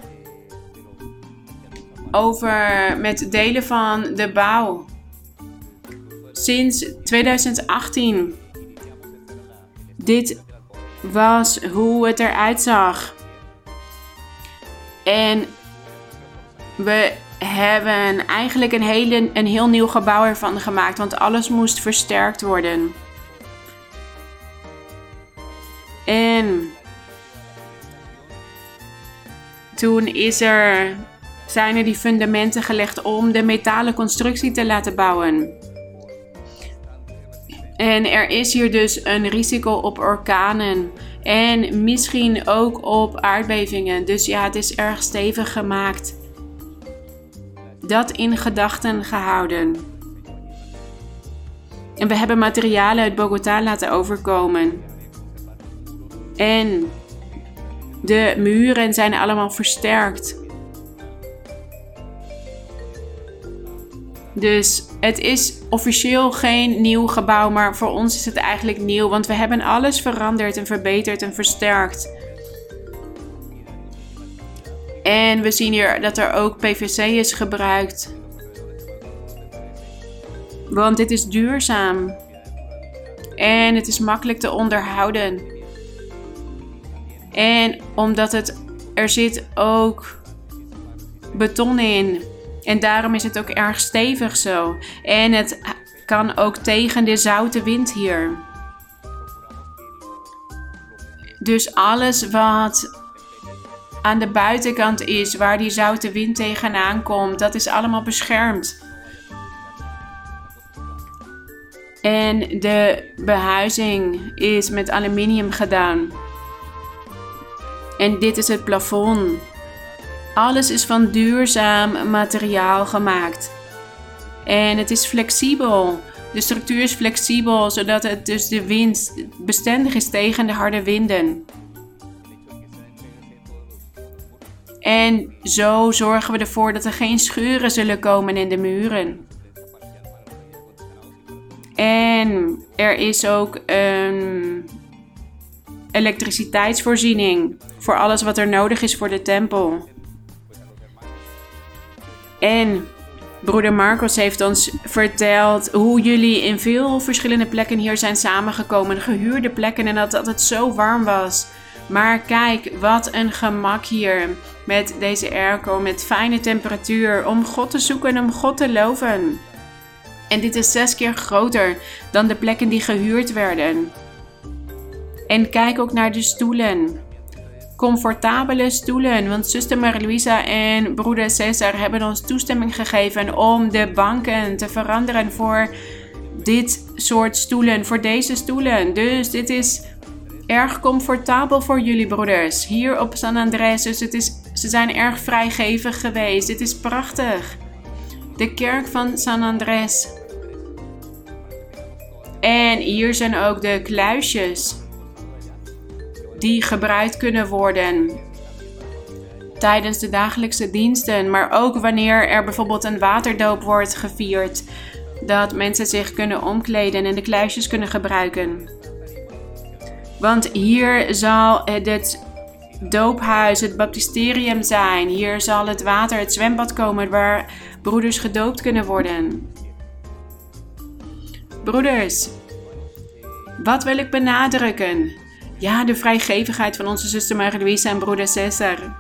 over met delen van de bouw. Sinds twintig achttien. Dit was hoe het eruit zag. En we hebben eigenlijk een, hele, een heel nieuw gebouw ervan gemaakt. Want alles moest versterkt worden. En toen is er, zijn er die fundamenten gelegd om de metalen constructie te laten bouwen. En er is hier dus een risico op orkanen en misschien ook op aardbevingen. Dus ja, het is erg stevig gemaakt. Dat in gedachten gehouden. En we hebben materialen uit Bogota laten overkomen. En de muren zijn allemaal versterkt. Dus het is officieel geen nieuw gebouw, maar voor ons is het eigenlijk nieuw. Want we hebben alles veranderd en verbeterd en versterkt. En we zien hier dat er ook P V C is gebruikt. Want dit is duurzaam. En het is makkelijk te onderhouden. En omdat het, er zit ook beton in. En daarom is het ook erg stevig zo. En het kan ook tegen de zoute wind hier. Dus alles wat aan de buitenkant is, waar die zoute wind tegenaan komt, dat is allemaal beschermd. En de behuizing is met aluminium gedaan. En dit is het plafond. Alles is van duurzaam materiaal gemaakt. En het is flexibel. De structuur is flexibel, zodat het dus de wind bestendig is tegen de harde winden. En zo zorgen we ervoor dat er geen scheuren zullen komen in de muren. En er is ook een elektriciteitsvoorziening voor alles wat er nodig is voor de tempel. En broeder Marcos heeft ons verteld hoe jullie in veel verschillende plekken hier zijn samengekomen. Gehuurde plekken en dat, dat het zo warm was. Maar kijk, wat een gemak hier met deze airco, met fijne temperatuur. Om God te zoeken en om God te loven. En dit is zes keer groter dan de plekken die gehuurd werden. En kijk ook naar de stoelen. Comfortabele stoelen. Want zuster Maria Luisa en broeder Cesar hebben ons toestemming gegeven om de banken te veranderen voor dit soort stoelen. Voor deze stoelen. Dus dit is erg comfortabel voor jullie broeders. Hier op San Andrés. Dus het is, ze zijn erg vrijgevig geweest. Dit is prachtig. De kerk van San Andrés. En hier zijn ook de kluisjes. Die gebruikt kunnen worden tijdens de dagelijkse diensten. Maar ook wanneer er bijvoorbeeld een waterdoop wordt gevierd. dat mensen zich kunnen omkleden en de kluisjes kunnen gebruiken. Want hier zal het doophuis, het baptisterium zijn. Hier zal het water, het zwembad komen waar broeders gedoopt kunnen worden. Broeders, wat wil ik benadrukken? Ja, de vrijgevigheid van onze zuster Maria Luisa en broeder Cesar.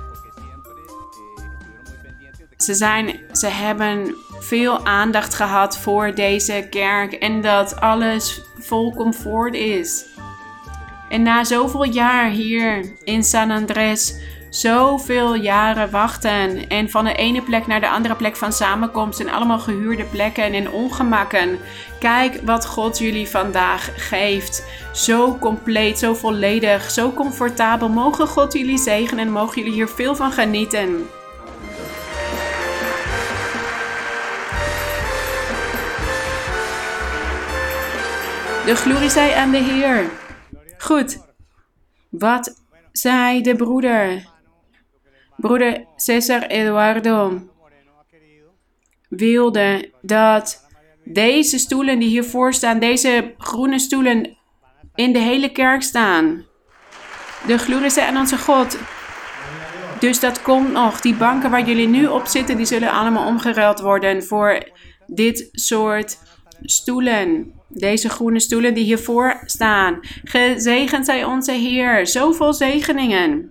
Ze, zijn, ze hebben veel aandacht gehad voor deze kerk en dat alles vol comfort is. En na zoveel jaar hier in San Andrés, zoveel jaren wachten en van de ene plek naar de andere plek van samenkomst en allemaal gehuurde plekken en ongemakken. Kijk wat God jullie vandaag geeft. Zo compleet, zo volledig, zo comfortabel. Mogen God jullie zegenen en mogen jullie hier veel van genieten. De glorie zij aan de Heer. Goed. Wat zei de broeder? Broeder Cesar Eduardo wilde dat deze stoelen die hiervoor staan, deze groene stoelen in de hele kerk staan. De glorie zij aan onze God. Dus dat komt nog. Die banken waar jullie nu op zitten, die zullen allemaal omgeruild worden voor dit soort stoelen. Deze groene stoelen die hiervoor staan. Gezegend zij onze Heer. Zoveel zegeningen.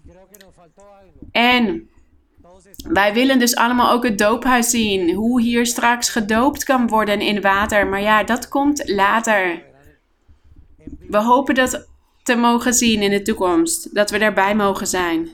En wij willen dus allemaal ook het doophuis zien. Hoe hier straks gedoopt kan worden in water. Maar ja, dat komt later. We hopen dat te mogen zien in de toekomst. Dat we daarbij mogen zijn.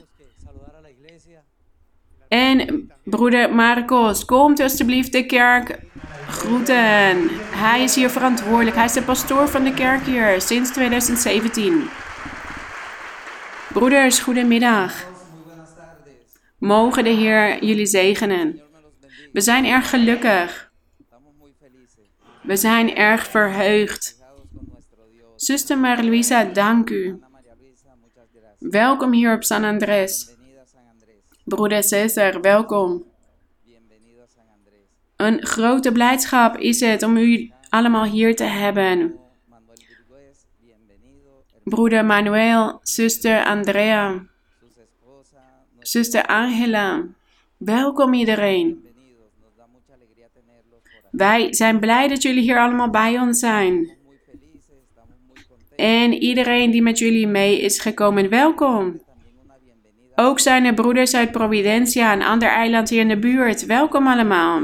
En broeder Marcos, komt alsjeblieft de kerk groeten. Hij is hier verantwoordelijk. Hij is de pastoor van de kerk hier sinds twintig zeventien. Broeders, goedemiddag. Mogen de Heer jullie zegenen. We zijn erg gelukkig. We zijn erg verheugd. Zuster Maria Luisa, dank u. Welkom hier op San Andrés. Broeder Cesar, welkom. Een grote blijdschap is het om u allemaal hier te hebben. Broeder Manuel, zuster Andrea, zuster Angela, welkom iedereen. Wij zijn blij dat jullie hier allemaal bij ons zijn. En iedereen die met jullie mee is gekomen, welkom. Ook zijn er broeders uit Providencia, een ander eiland hier in de buurt. Welkom allemaal.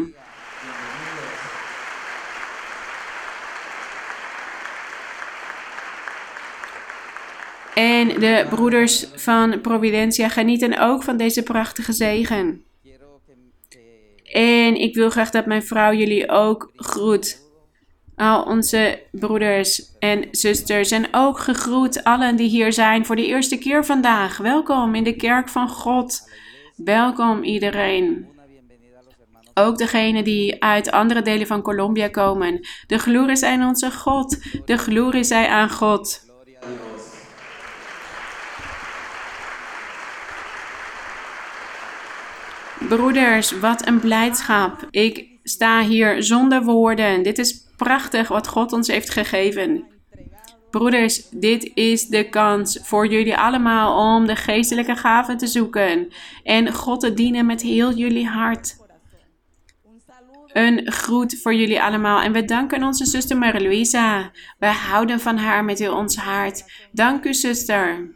En de broeders van Providencia genieten ook van deze prachtige zegen. En ik wil graag dat mijn vrouw jullie ook groet. Al onze broeders en zusters en ook gegroet allen die hier zijn voor de eerste keer vandaag. Welkom in de kerk van God. Welkom iedereen. Ook degenen die uit andere delen van Colombia komen. De glorie zij aan onze God. De glorie zij aan God. Broeders, wat een blijdschap. Ik sta hier zonder woorden. Dit is prachtig wat God ons heeft gegeven. Broeders, dit is de kans voor jullie allemaal om de geestelijke gaven te zoeken. En God te dienen met heel jullie hart. Een groet voor jullie allemaal. En we danken onze zuster Maria Luisa. Wij houden van haar met heel ons hart. Dank u, zuster.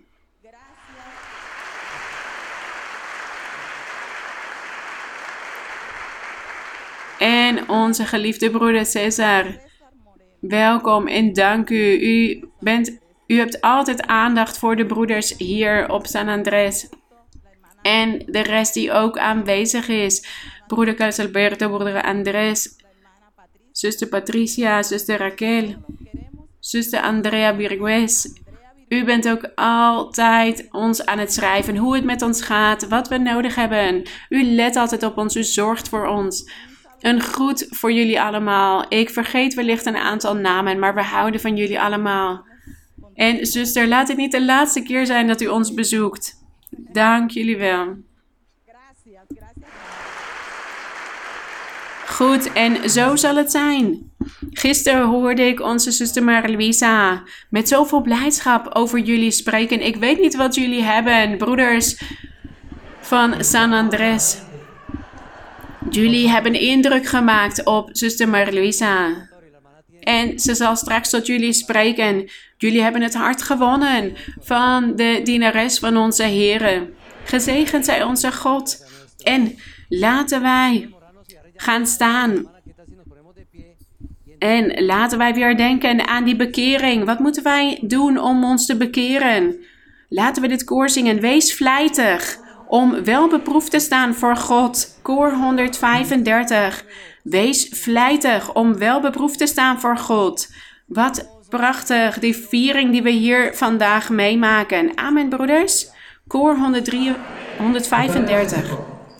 En onze geliefde broeder Cesar, welkom en dank u. U, bent, u hebt altijd aandacht voor de broeders hier op San Andrés. En de rest die ook aanwezig is. Broeder Carlos Alberto, broeder Andrés, zuster Patricia, zuster Raquel, zuster Andrea Virgües. U bent ook altijd ons aan het schrijven hoe het met ons gaat, wat we nodig hebben. U let altijd op ons, u zorgt voor ons. Een groet voor jullie allemaal. Ik vergeet wellicht een aantal namen, maar we houden van jullie allemaal. En zuster, laat het niet de laatste keer zijn dat u ons bezoekt. Dank jullie wel. Goed, en zo zal het zijn. Gisteren hoorde ik onze zuster Maria-Louisa met zoveel blijdschap over jullie spreken. Ik weet niet wat jullie hebben, broeders van San Andrés. Jullie hebben indruk gemaakt op zuster Maria-Louisa. En ze zal straks tot jullie spreken. Jullie hebben het hart gewonnen van de dienares van onze Heere. Gezegend zij onze God. En laten wij gaan staan. En laten wij weer denken aan die bekering. Wat moeten wij doen om ons te bekeren? Laten we dit koor zingen. Wees vlijtig om wel beproefd te staan voor God. Koor honderdvijfendertig. Wees vlijtig om wel beproefd te staan voor God. Wat prachtig, die viering die we hier vandaag meemaken. Amen, broeders. Koor honderdvijfendertig.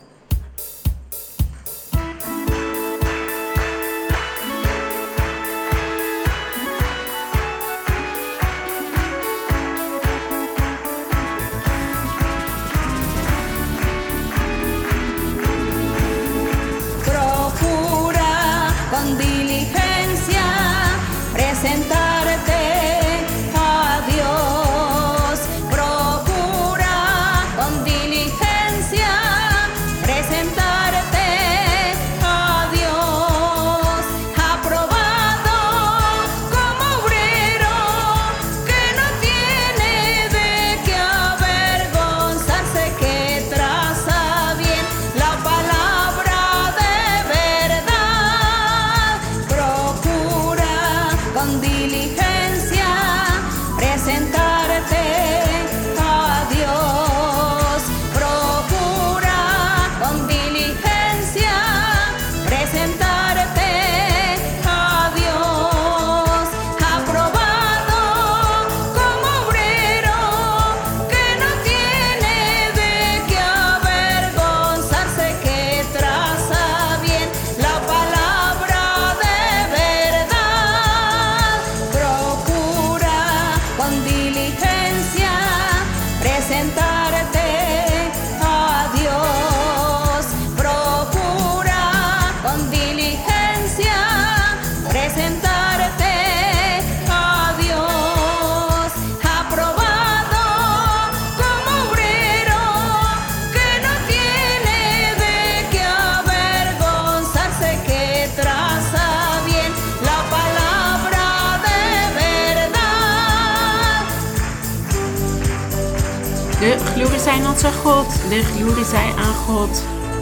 De glorie zij aan onze God. De glorie zij aan God.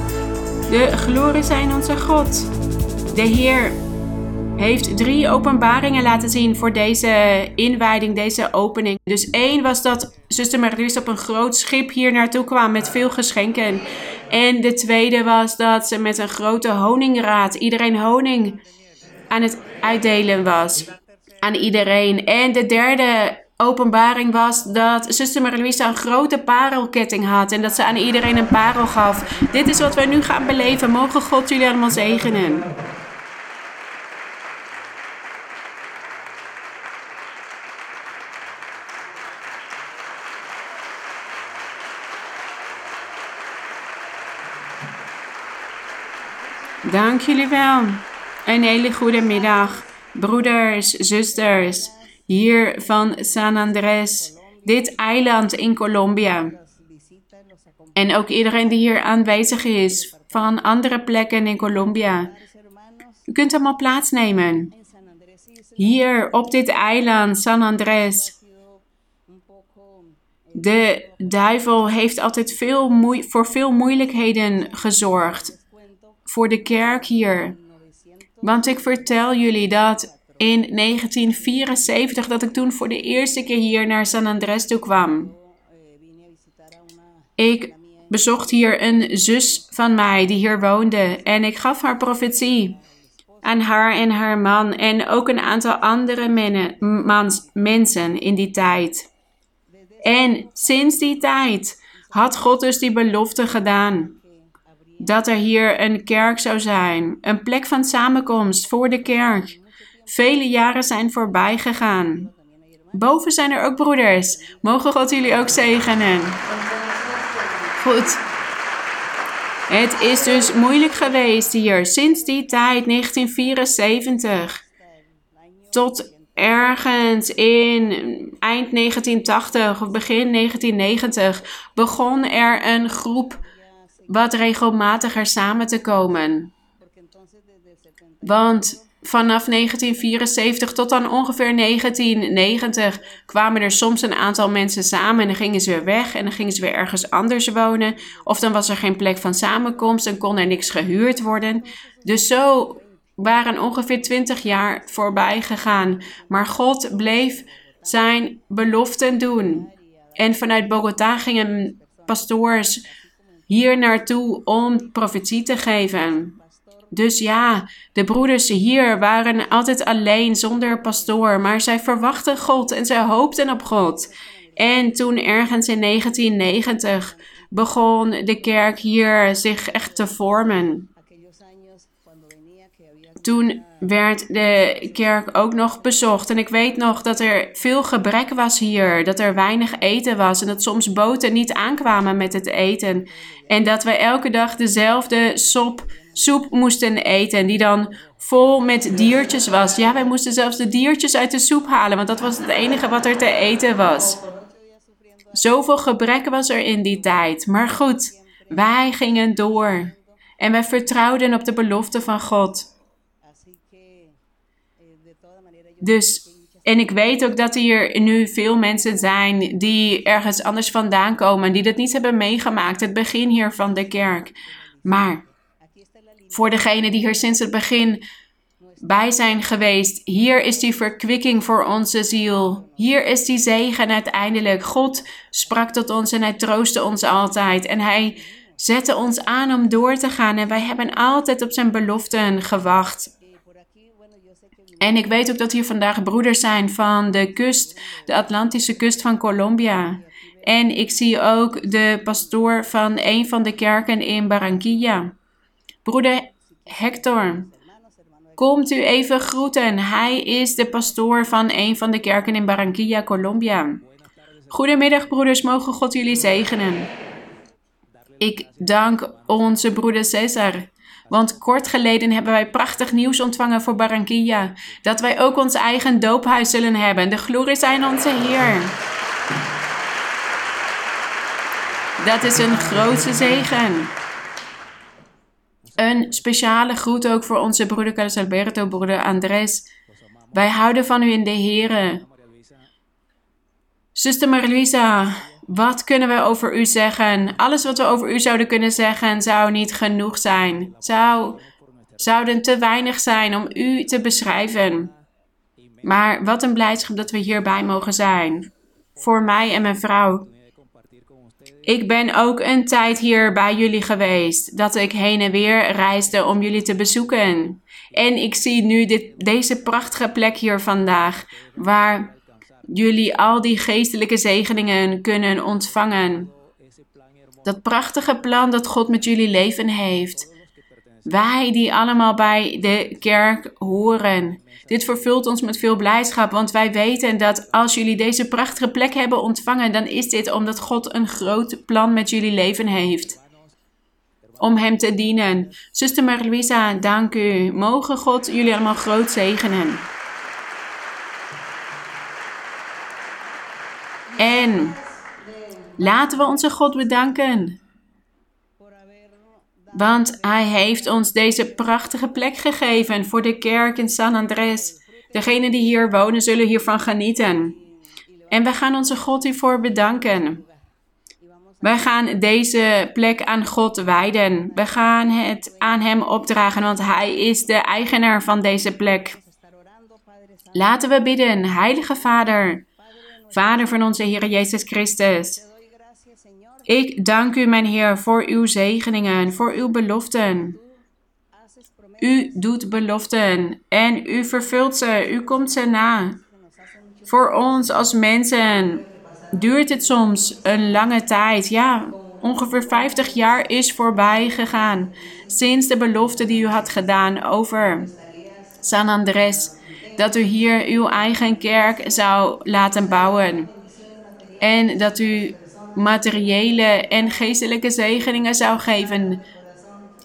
De glorie zij aan onze God. De Heer heeft drie openbaringen laten zien voor deze inwijding, deze opening. Dus één was dat zuster Maria op een groot schip hier naartoe kwam met veel geschenken. En de tweede was dat ze met een grote honingraad iedereen honing aan het uitdelen was. Aan iedereen. En de derde openbaring was dat zuster Maria een grote parelketting had. En dat ze aan iedereen een parel gaf. Dit is wat we nu gaan beleven. Mogen God jullie allemaal zegenen. Dank jullie wel. Een hele goede middag. Broeders, zusters, hier van San Andrés, dit eiland in Colombia. En ook iedereen die hier aanwezig is, van andere plekken in Colombia. U kunt allemaal plaatsnemen. Hier op dit eiland, San Andrés. De duivel heeft altijd veel moe- voor veel moeilijkheden gezorgd. Voor de kerk hier. Want ik vertel jullie dat in negentien vierenzeventig, dat ik toen voor de eerste keer hier naar San Andrés toe kwam. Ik bezocht hier een zus van mij die hier woonde. En ik gaf haar profetie aan haar en haar man. En ook een aantal andere menne, mans, mensen in die tijd. En sinds die tijd had God dus die belofte gedaan. Dat er hier een kerk zou zijn. Een plek van samenkomst voor de kerk. Vele jaren zijn voorbij gegaan. Boven zijn er ook broeders. Mogen God jullie ook zegenen. Goed. Het is dus moeilijk geweest hier sinds die tijd, negentien vierenzeventig, tot ergens in eind negentien tachtig of begin negentien negentig begon er een groep wat regelmatiger samen te komen. Want vanaf negentien vierenzeventig tot dan ongeveer negentien negentig kwamen er soms een aantal mensen samen en dan gingen ze weer weg en dan gingen ze weer ergens anders wonen. Of dan was er geen plek van samenkomst en kon er niks gehuurd worden. Dus zo waren ongeveer twintig jaar voorbij gegaan. Maar God bleef zijn beloften doen. En vanuit Bogota gingen pastoors hier naartoe om profetie te geven. Dus ja, de broeders hier waren altijd alleen zonder pastoor, maar zij verwachten God en zij hoopten op God. En toen ergens in negentien negentig begon de kerk hier zich echt te vormen. Toen werd de kerk ook nog bezocht. En ik weet nog dat er veel gebrek was hier. Dat er weinig eten was. En dat soms boten niet aankwamen met het eten. En dat we elke dag dezelfde sop, soep moesten eten. Die dan vol met diertjes was. Ja, wij moesten zelfs de diertjes uit de soep halen. Want dat was het enige wat er te eten was. Zoveel gebrek was er in die tijd. Maar goed, wij gingen door. En wij vertrouwden op de belofte van God. Dus, en ik weet ook dat hier nu veel mensen zijn die ergens anders vandaan komen, die dat niet hebben meegemaakt, het begin hier van de kerk. Maar voor degenen die hier sinds het begin bij zijn geweest, hier is die verkwikking voor onze ziel. Hier is die zegen uiteindelijk. God sprak tot ons en hij troostte ons altijd. En hij zette ons aan om door te gaan en wij hebben altijd op zijn beloften gewacht. En ik weet ook dat hier vandaag broeders zijn van de kust, de Atlantische kust van Colombia. En ik zie ook de pastoor van een van de kerken in Barranquilla. Broeder Hector, komt u even groeten. Hij is de pastoor van een van de kerken in Barranquilla, Colombia. Goedemiddag broeders, mogen God jullie zegenen. Ik dank onze broeder Cesar. Want kort geleden hebben wij prachtig nieuws ontvangen voor Barranquilla. Dat wij ook ons eigen doophuis zullen hebben. De glorie zijn onze Heer. Dat is een grootse zegen. Een speciale groet ook voor onze broeder Carlos Alberto, broeder Andrés. Wij houden van u in de Heer. Zuster Maria-Luisa, wat kunnen we over u zeggen? Alles wat we over u zouden kunnen zeggen zou niet genoeg zijn. Zou, zouden te weinig zijn om u te beschrijven. Maar wat een blijdschap dat we hierbij mogen zijn. Voor mij en mijn vrouw. Ik ben ook een tijd hier bij jullie geweest. Dat ik heen en weer reisde om jullie te bezoeken. En ik zie nu dit, deze prachtige plek hier vandaag. Waar jullie al die geestelijke zegeningen kunnen ontvangen. Dat prachtige plan dat God met jullie leven heeft. Wij die allemaal bij de kerk horen. Dit vervult ons met veel blijdschap, want wij weten dat als jullie deze prachtige plek hebben ontvangen, dan is dit omdat God een groot plan met jullie leven heeft. Om hem te dienen. Zuster Maria-Luisa, dank u. Mogen God jullie allemaal groot zegenen. En laten we onze God bedanken. Want hij heeft ons deze prachtige plek gegeven voor de kerk in San Andrés. Degenen die hier wonen zullen hiervan genieten. En we gaan onze God hiervoor bedanken. Wij gaan deze plek aan God wijden. We gaan het aan hem opdragen, want hij is de eigenaar van deze plek. Laten we bidden, Heilige Vader. Vader van onze Heer Jezus Christus. Ik dank u, mijn Heer, voor uw zegeningen, voor uw beloften. U doet beloften en u vervult ze, u komt ze na. Voor ons als mensen duurt het soms een lange tijd. Ja, ongeveer vijftig jaar is voorbij gegaan sinds de belofte die u had gedaan over San Andrés. Dat u hier uw eigen kerk zou laten bouwen. En dat u materiële en geestelijke zegeningen zou geven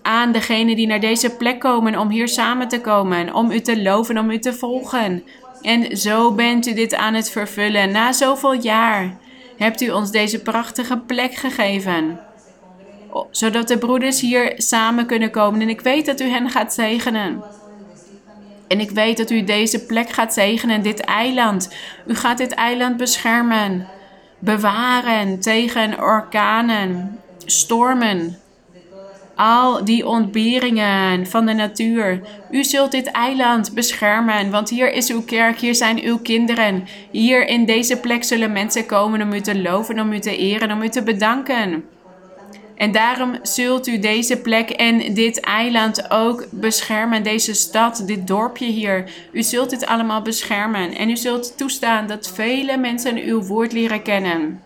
aan degenen die naar deze plek komen om hier samen te komen, om u te loven, om u te volgen. En zo bent u dit aan het vervullen. Na zoveel jaar hebt u ons deze prachtige plek gegeven, zodat de broeders hier samen kunnen komen. En ik weet dat u hen gaat zegenen. En ik weet dat u deze plek gaat zegenen, dit eiland. U gaat dit eiland beschermen, bewaren tegen orkanen, stormen. Al die ontberingen van de natuur. U zult dit eiland beschermen, want hier is uw kerk, hier zijn uw kinderen. Hier in deze plek zullen mensen komen om u te loven, om u te eren, om u te bedanken. En daarom zult u deze plek en dit eiland ook beschermen, deze stad, dit dorpje hier. U zult dit allemaal beschermen en u zult toestaan dat vele mensen uw woord leren kennen.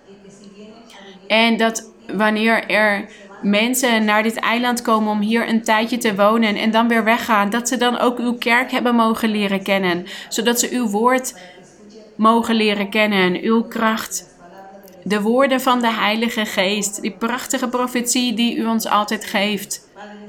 En dat wanneer er mensen naar dit eiland komen om hier een tijdje te wonen en dan weer weggaan, dat ze dan ook uw kerk hebben mogen leren kennen, zodat ze uw woord mogen leren kennen, uw kracht. De woorden van de Heilige Geest, die prachtige profetie die u ons altijd geeft.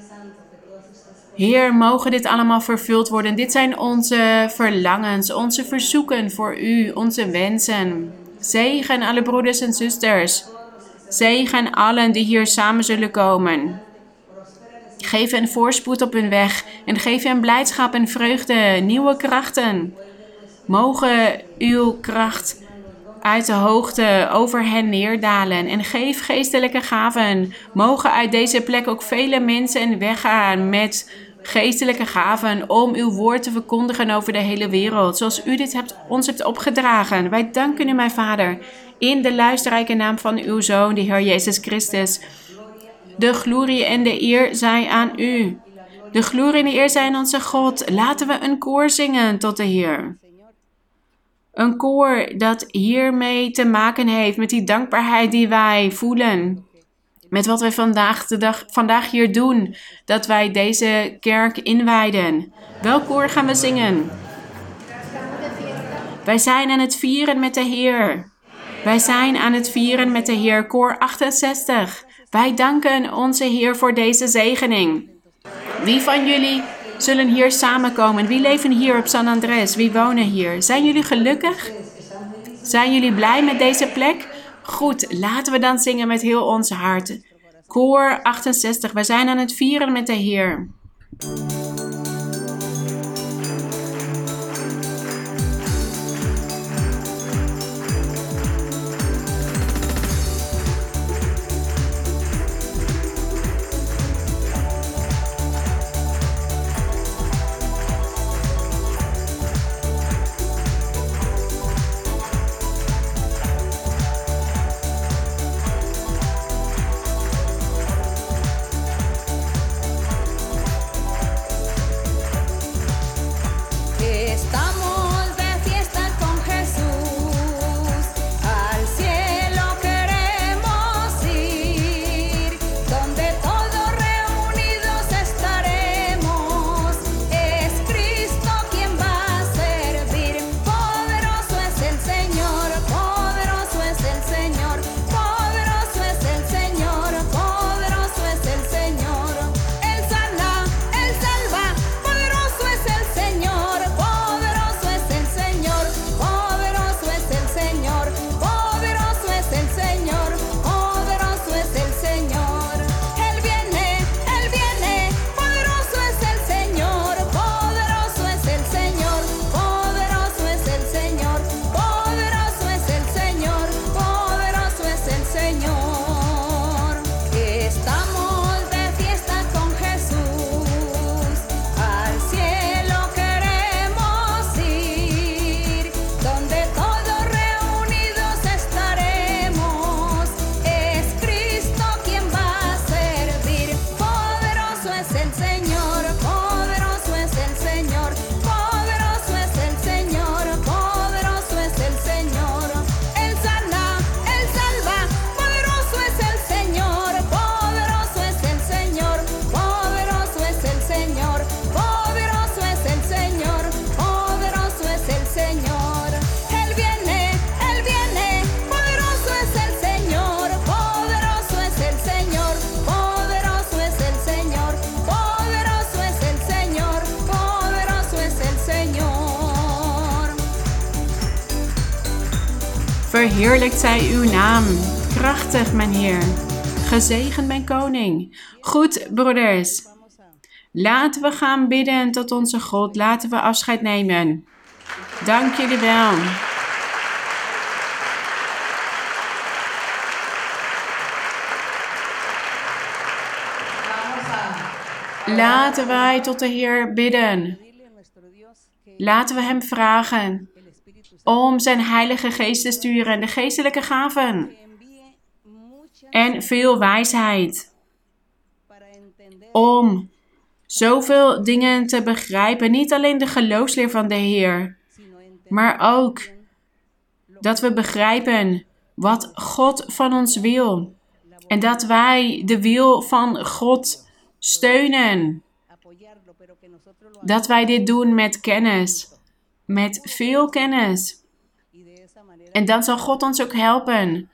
Heer, mogen dit allemaal vervuld worden. Dit zijn onze verlangens, onze verzoeken voor u, onze wensen. Zegen alle broeders en zusters. Zegen allen die hier samen zullen komen. Geef hen voorspoed op hun weg en geef hen blijdschap en vreugde, nieuwe krachten. Mogen uw kracht uit de hoogte over hen neerdalen en geef geestelijke gaven. Mogen uit deze plek ook vele mensen weggaan met geestelijke gaven om uw woord te verkondigen over de hele wereld, zoals u dit hebt, ons hebt opgedragen. Wij danken u, mijn Vader, in de luisterrijke naam van uw Zoon, de Heer Jezus Christus. De glorie en de eer zij aan u. De glorie en de eer zij aan onze God. Laten we een koor zingen tot de Heer. Een koor dat hiermee te maken heeft, met die dankbaarheid die wij voelen. Met wat wij vandaag, de dag, vandaag hier doen, dat wij deze kerk inwijden. Welk koor gaan we zingen? Wij zijn aan het vieren met de Heer. Wij zijn aan het vieren met de Heer, koor achtenzestig. Wij danken onze Heer voor deze zegening. Wie van jullie zullen hier samenkomen? Wie leven hier op San Andrés? Wie wonen hier? Zijn jullie gelukkig? Zijn jullie blij met deze plek? Goed, laten we dan zingen met heel ons hart. Koor achtenzestig, wij zijn aan het vieren met de Heer. Verheerlijkt zij uw naam. Krachtig, mijn Heer. Gezegend, mijn koning. Goed, broeders. Laten we gaan bidden tot onze God. Laten we afscheid nemen. Dank jullie wel. Laten wij tot de Heer bidden. Laten we Hem vragen om zijn Heilige Geest te sturen, de geestelijke gaven en veel wijsheid om zoveel dingen te begrijpen. Niet alleen de geloofsleer van de Heer, maar ook dat we begrijpen wat God van ons wil en dat wij de wil van God steunen. Dat wij dit doen met kennis. Met veel kennis. En dan zal God ons ook helpen.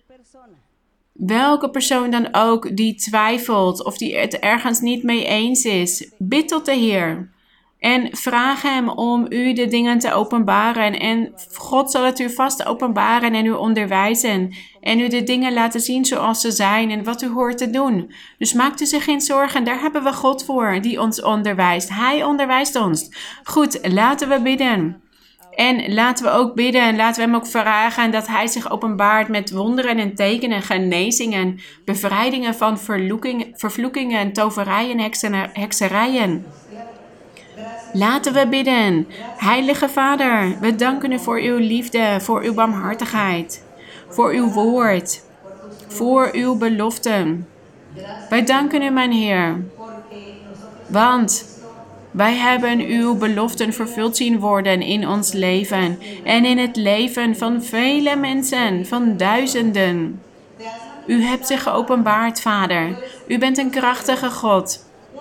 Welke persoon dan ook die twijfelt of die het ergens niet mee eens is. Bid tot de Heer. En vraag Hem om u de dingen te openbaren. En God zal het u vast openbaren en u onderwijzen. En u de dingen laten zien zoals ze zijn en wat u hoort te doen. Dus maakt u zich geen zorgen. Daar hebben we God voor die ons onderwijst. Hij onderwijst ons. Goed, laten we bidden. En laten we ook bidden. Laten we Hem ook vragen dat Hij zich openbaart met wonderen en tekenen, genezingen, bevrijdingen van vervloekingen, toverijen, heksen, hekserijen. Laten we bidden. Heilige Vader, we danken u voor uw liefde, voor uw barmhartigheid, voor uw woord, voor uw beloften. Wij danken u, mijn Heer, want wij hebben uw beloften vervuld zien worden in ons leven en in het leven van vele mensen, van duizenden. U hebt zich geopenbaard, Vader. U bent een krachtige God.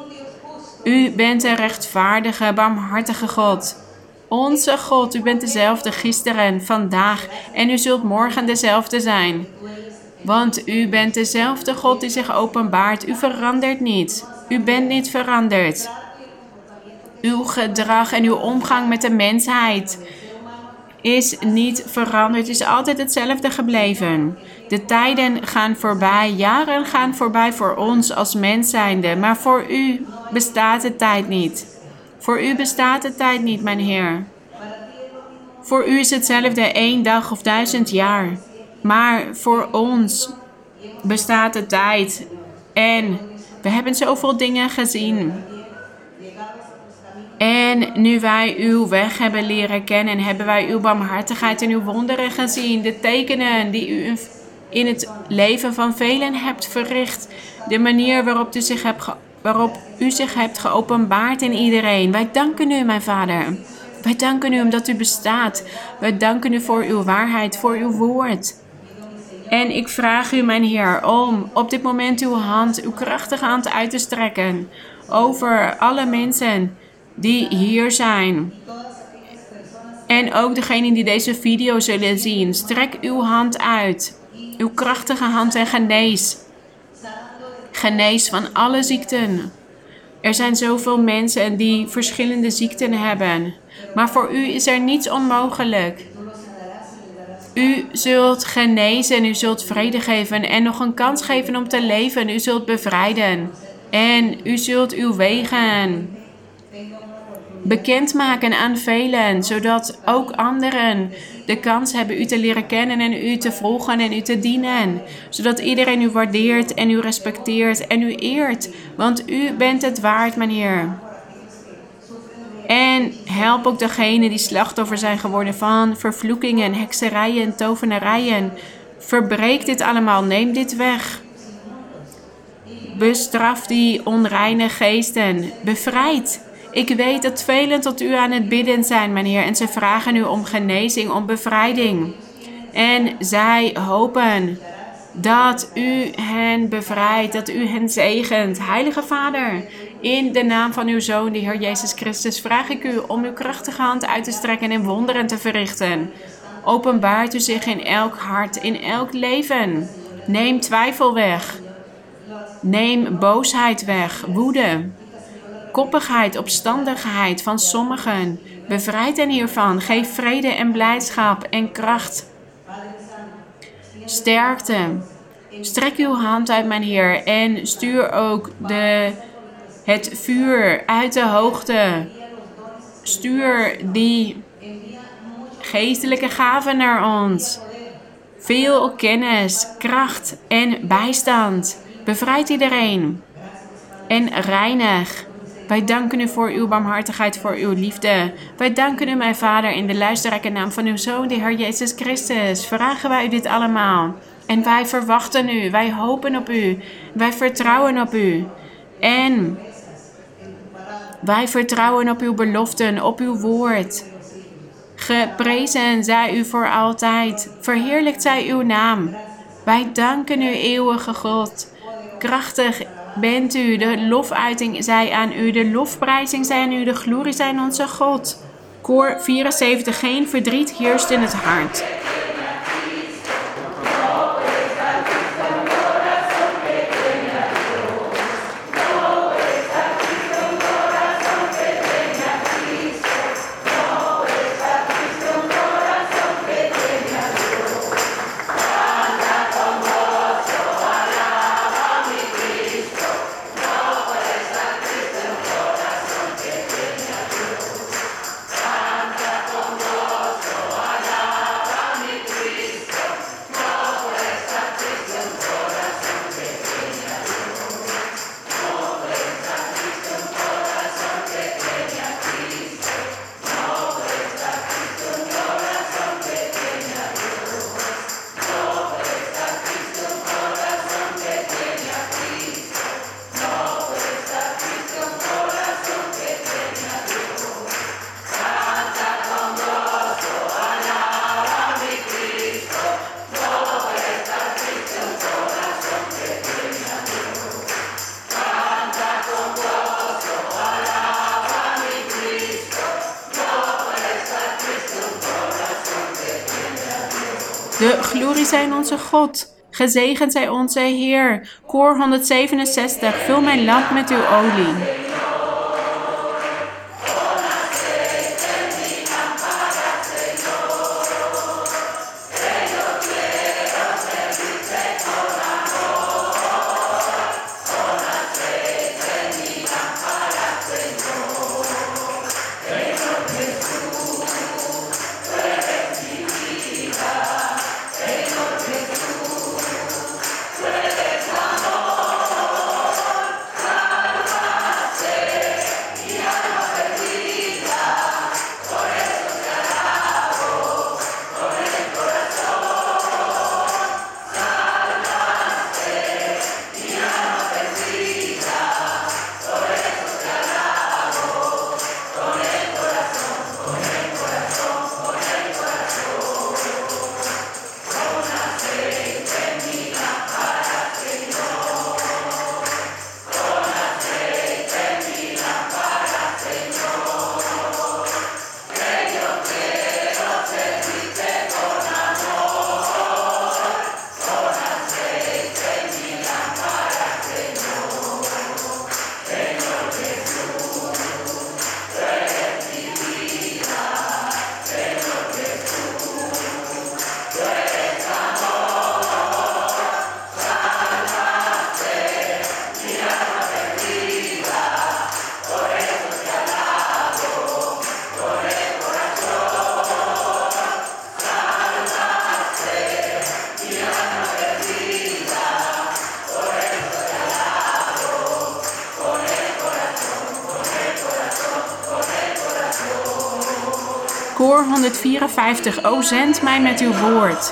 U bent een rechtvaardige, barmhartige God. Onze God, u bent dezelfde gisteren, vandaag en u zult morgen dezelfde zijn. Want u bent dezelfde God die zich openbaart. U verandert niet. U bent niet veranderd. Uw gedrag en uw omgang met de mensheid is niet veranderd. Het is altijd hetzelfde gebleven. De tijden gaan voorbij, jaren gaan voorbij voor ons als mens zijnde. Maar voor u bestaat de tijd niet. Voor u bestaat de tijd niet, mijn Heer. Voor u is hetzelfde één dag of duizend jaar. Maar voor ons bestaat de tijd. En we hebben zoveel dingen gezien. En nu wij uw weg hebben leren kennen, hebben wij uw barmhartigheid en uw wonderen gezien. De tekenen die u in het leven van velen hebt verricht. De manier waarop u zich hebt, ge- waarop u zich hebt geopenbaard in iedereen. Wij danken u, mijn Vader. Wij danken u omdat u bestaat. Wij danken u voor uw waarheid, voor uw woord. En ik vraag u, mijn Heer, om op dit moment uw hand, uw krachtige hand uit te strekken over alle mensen die hier zijn. En ook degenen die deze video zullen zien. Strek uw hand uit. Uw krachtige hand en genees. Genees van alle ziekten. Er zijn zoveel mensen die verschillende ziekten hebben. Maar voor u is er niets onmogelijk. U zult genezen, u zult vrede geven en nog een kans geven om te leven. U zult bevrijden. En u zult uw wegen bekendmaken aan velen, zodat ook anderen de kans hebben u te leren kennen en u te volgen en u te dienen. Zodat iedereen u waardeert en u respecteert en u eert. Want u bent het waard, mijn Heer. En help ook degenen die slachtoffer zijn geworden van vervloekingen, hekserijen, tovenarijen. Verbreek dit allemaal, neem dit weg. Bestraf die onreine geesten, bevrijd. Ik weet dat velen tot u aan het bidden zijn, mijn Heer. En ze vragen u om genezing, om bevrijding. En zij hopen dat u hen bevrijdt, dat u hen zegent. Heilige Vader, in de naam van uw Zoon, de Heer Jezus Christus, vraag ik u om uw krachtige hand uit te strekken en wonderen te verrichten. Openbaart u zich in elk hart, in elk leven. Neem twijfel weg. Neem boosheid weg, woede. Koppigheid, opstandigheid van sommigen. Bevrijd hen hiervan. Geef vrede en blijdschap en kracht. sterkte. Strek uw hand uit, mijn Heer, en stuur ook de, het vuur uit de hoogte. Stuur die geestelijke gaven naar ons. Veel kennis, kracht en bijstand. Bevrijd iedereen. En reinig. Wij danken u voor uw barmhartigheid, voor uw liefde. Wij danken u, mijn Vader, in de luisterrijke naam van uw Zoon, de Heer Jezus Christus. Vragen wij u dit allemaal. En wij verwachten u. Wij hopen op u. Wij vertrouwen op u. En wij vertrouwen op uw beloften, op uw woord. Geprezen zij u voor altijd. Verheerlijkt zij uw naam. Wij danken u, eeuwige God. Krachtig bent u. De lofuiting zij aan u. De lofprijzing zij aan u. De glorie zij aan onze God. Koor vierenzeventig. Geen verdriet heerst in het hart. De glorie zij aan onze God. Gezegend zij onze Heer. Koor honderdzevenenzestig. Vul mijn lamp met uw olie. Koor honderdvierenvijftig. O zend mij met uw woord.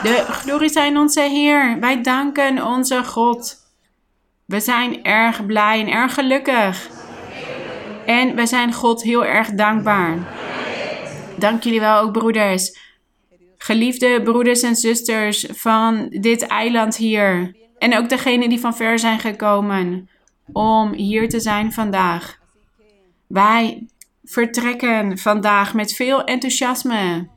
De glorie zijn onze Heer. Wij danken onze God. We zijn erg blij en erg gelukkig. En we zijn God heel erg dankbaar. Dank jullie wel ook, broeders. Geliefde broeders en zusters van dit eiland hier. En ook degenen die van ver zijn gekomen om hier te zijn vandaag. Wij vertrekken vandaag met veel enthousiasme.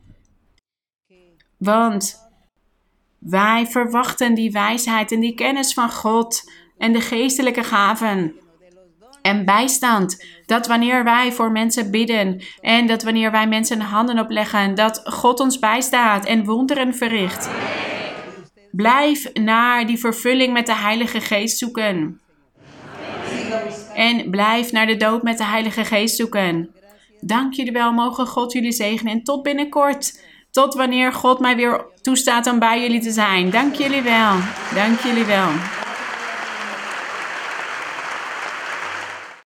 Want wij verwachten die wijsheid en die kennis van God en de geestelijke gaven en bijstand. Dat wanneer wij voor mensen bidden en dat wanneer wij mensen handen opleggen, dat God ons bijstaat en wonderen verricht. Blijf naar die vervulling met de Heilige Geest zoeken. En blijf naar de doop met de Heilige Geest zoeken. Dank jullie wel, mogen God jullie zegenen. En tot binnenkort. Tot wanneer God mij weer toestaat om bij jullie te zijn. Dank jullie wel. Dank jullie wel.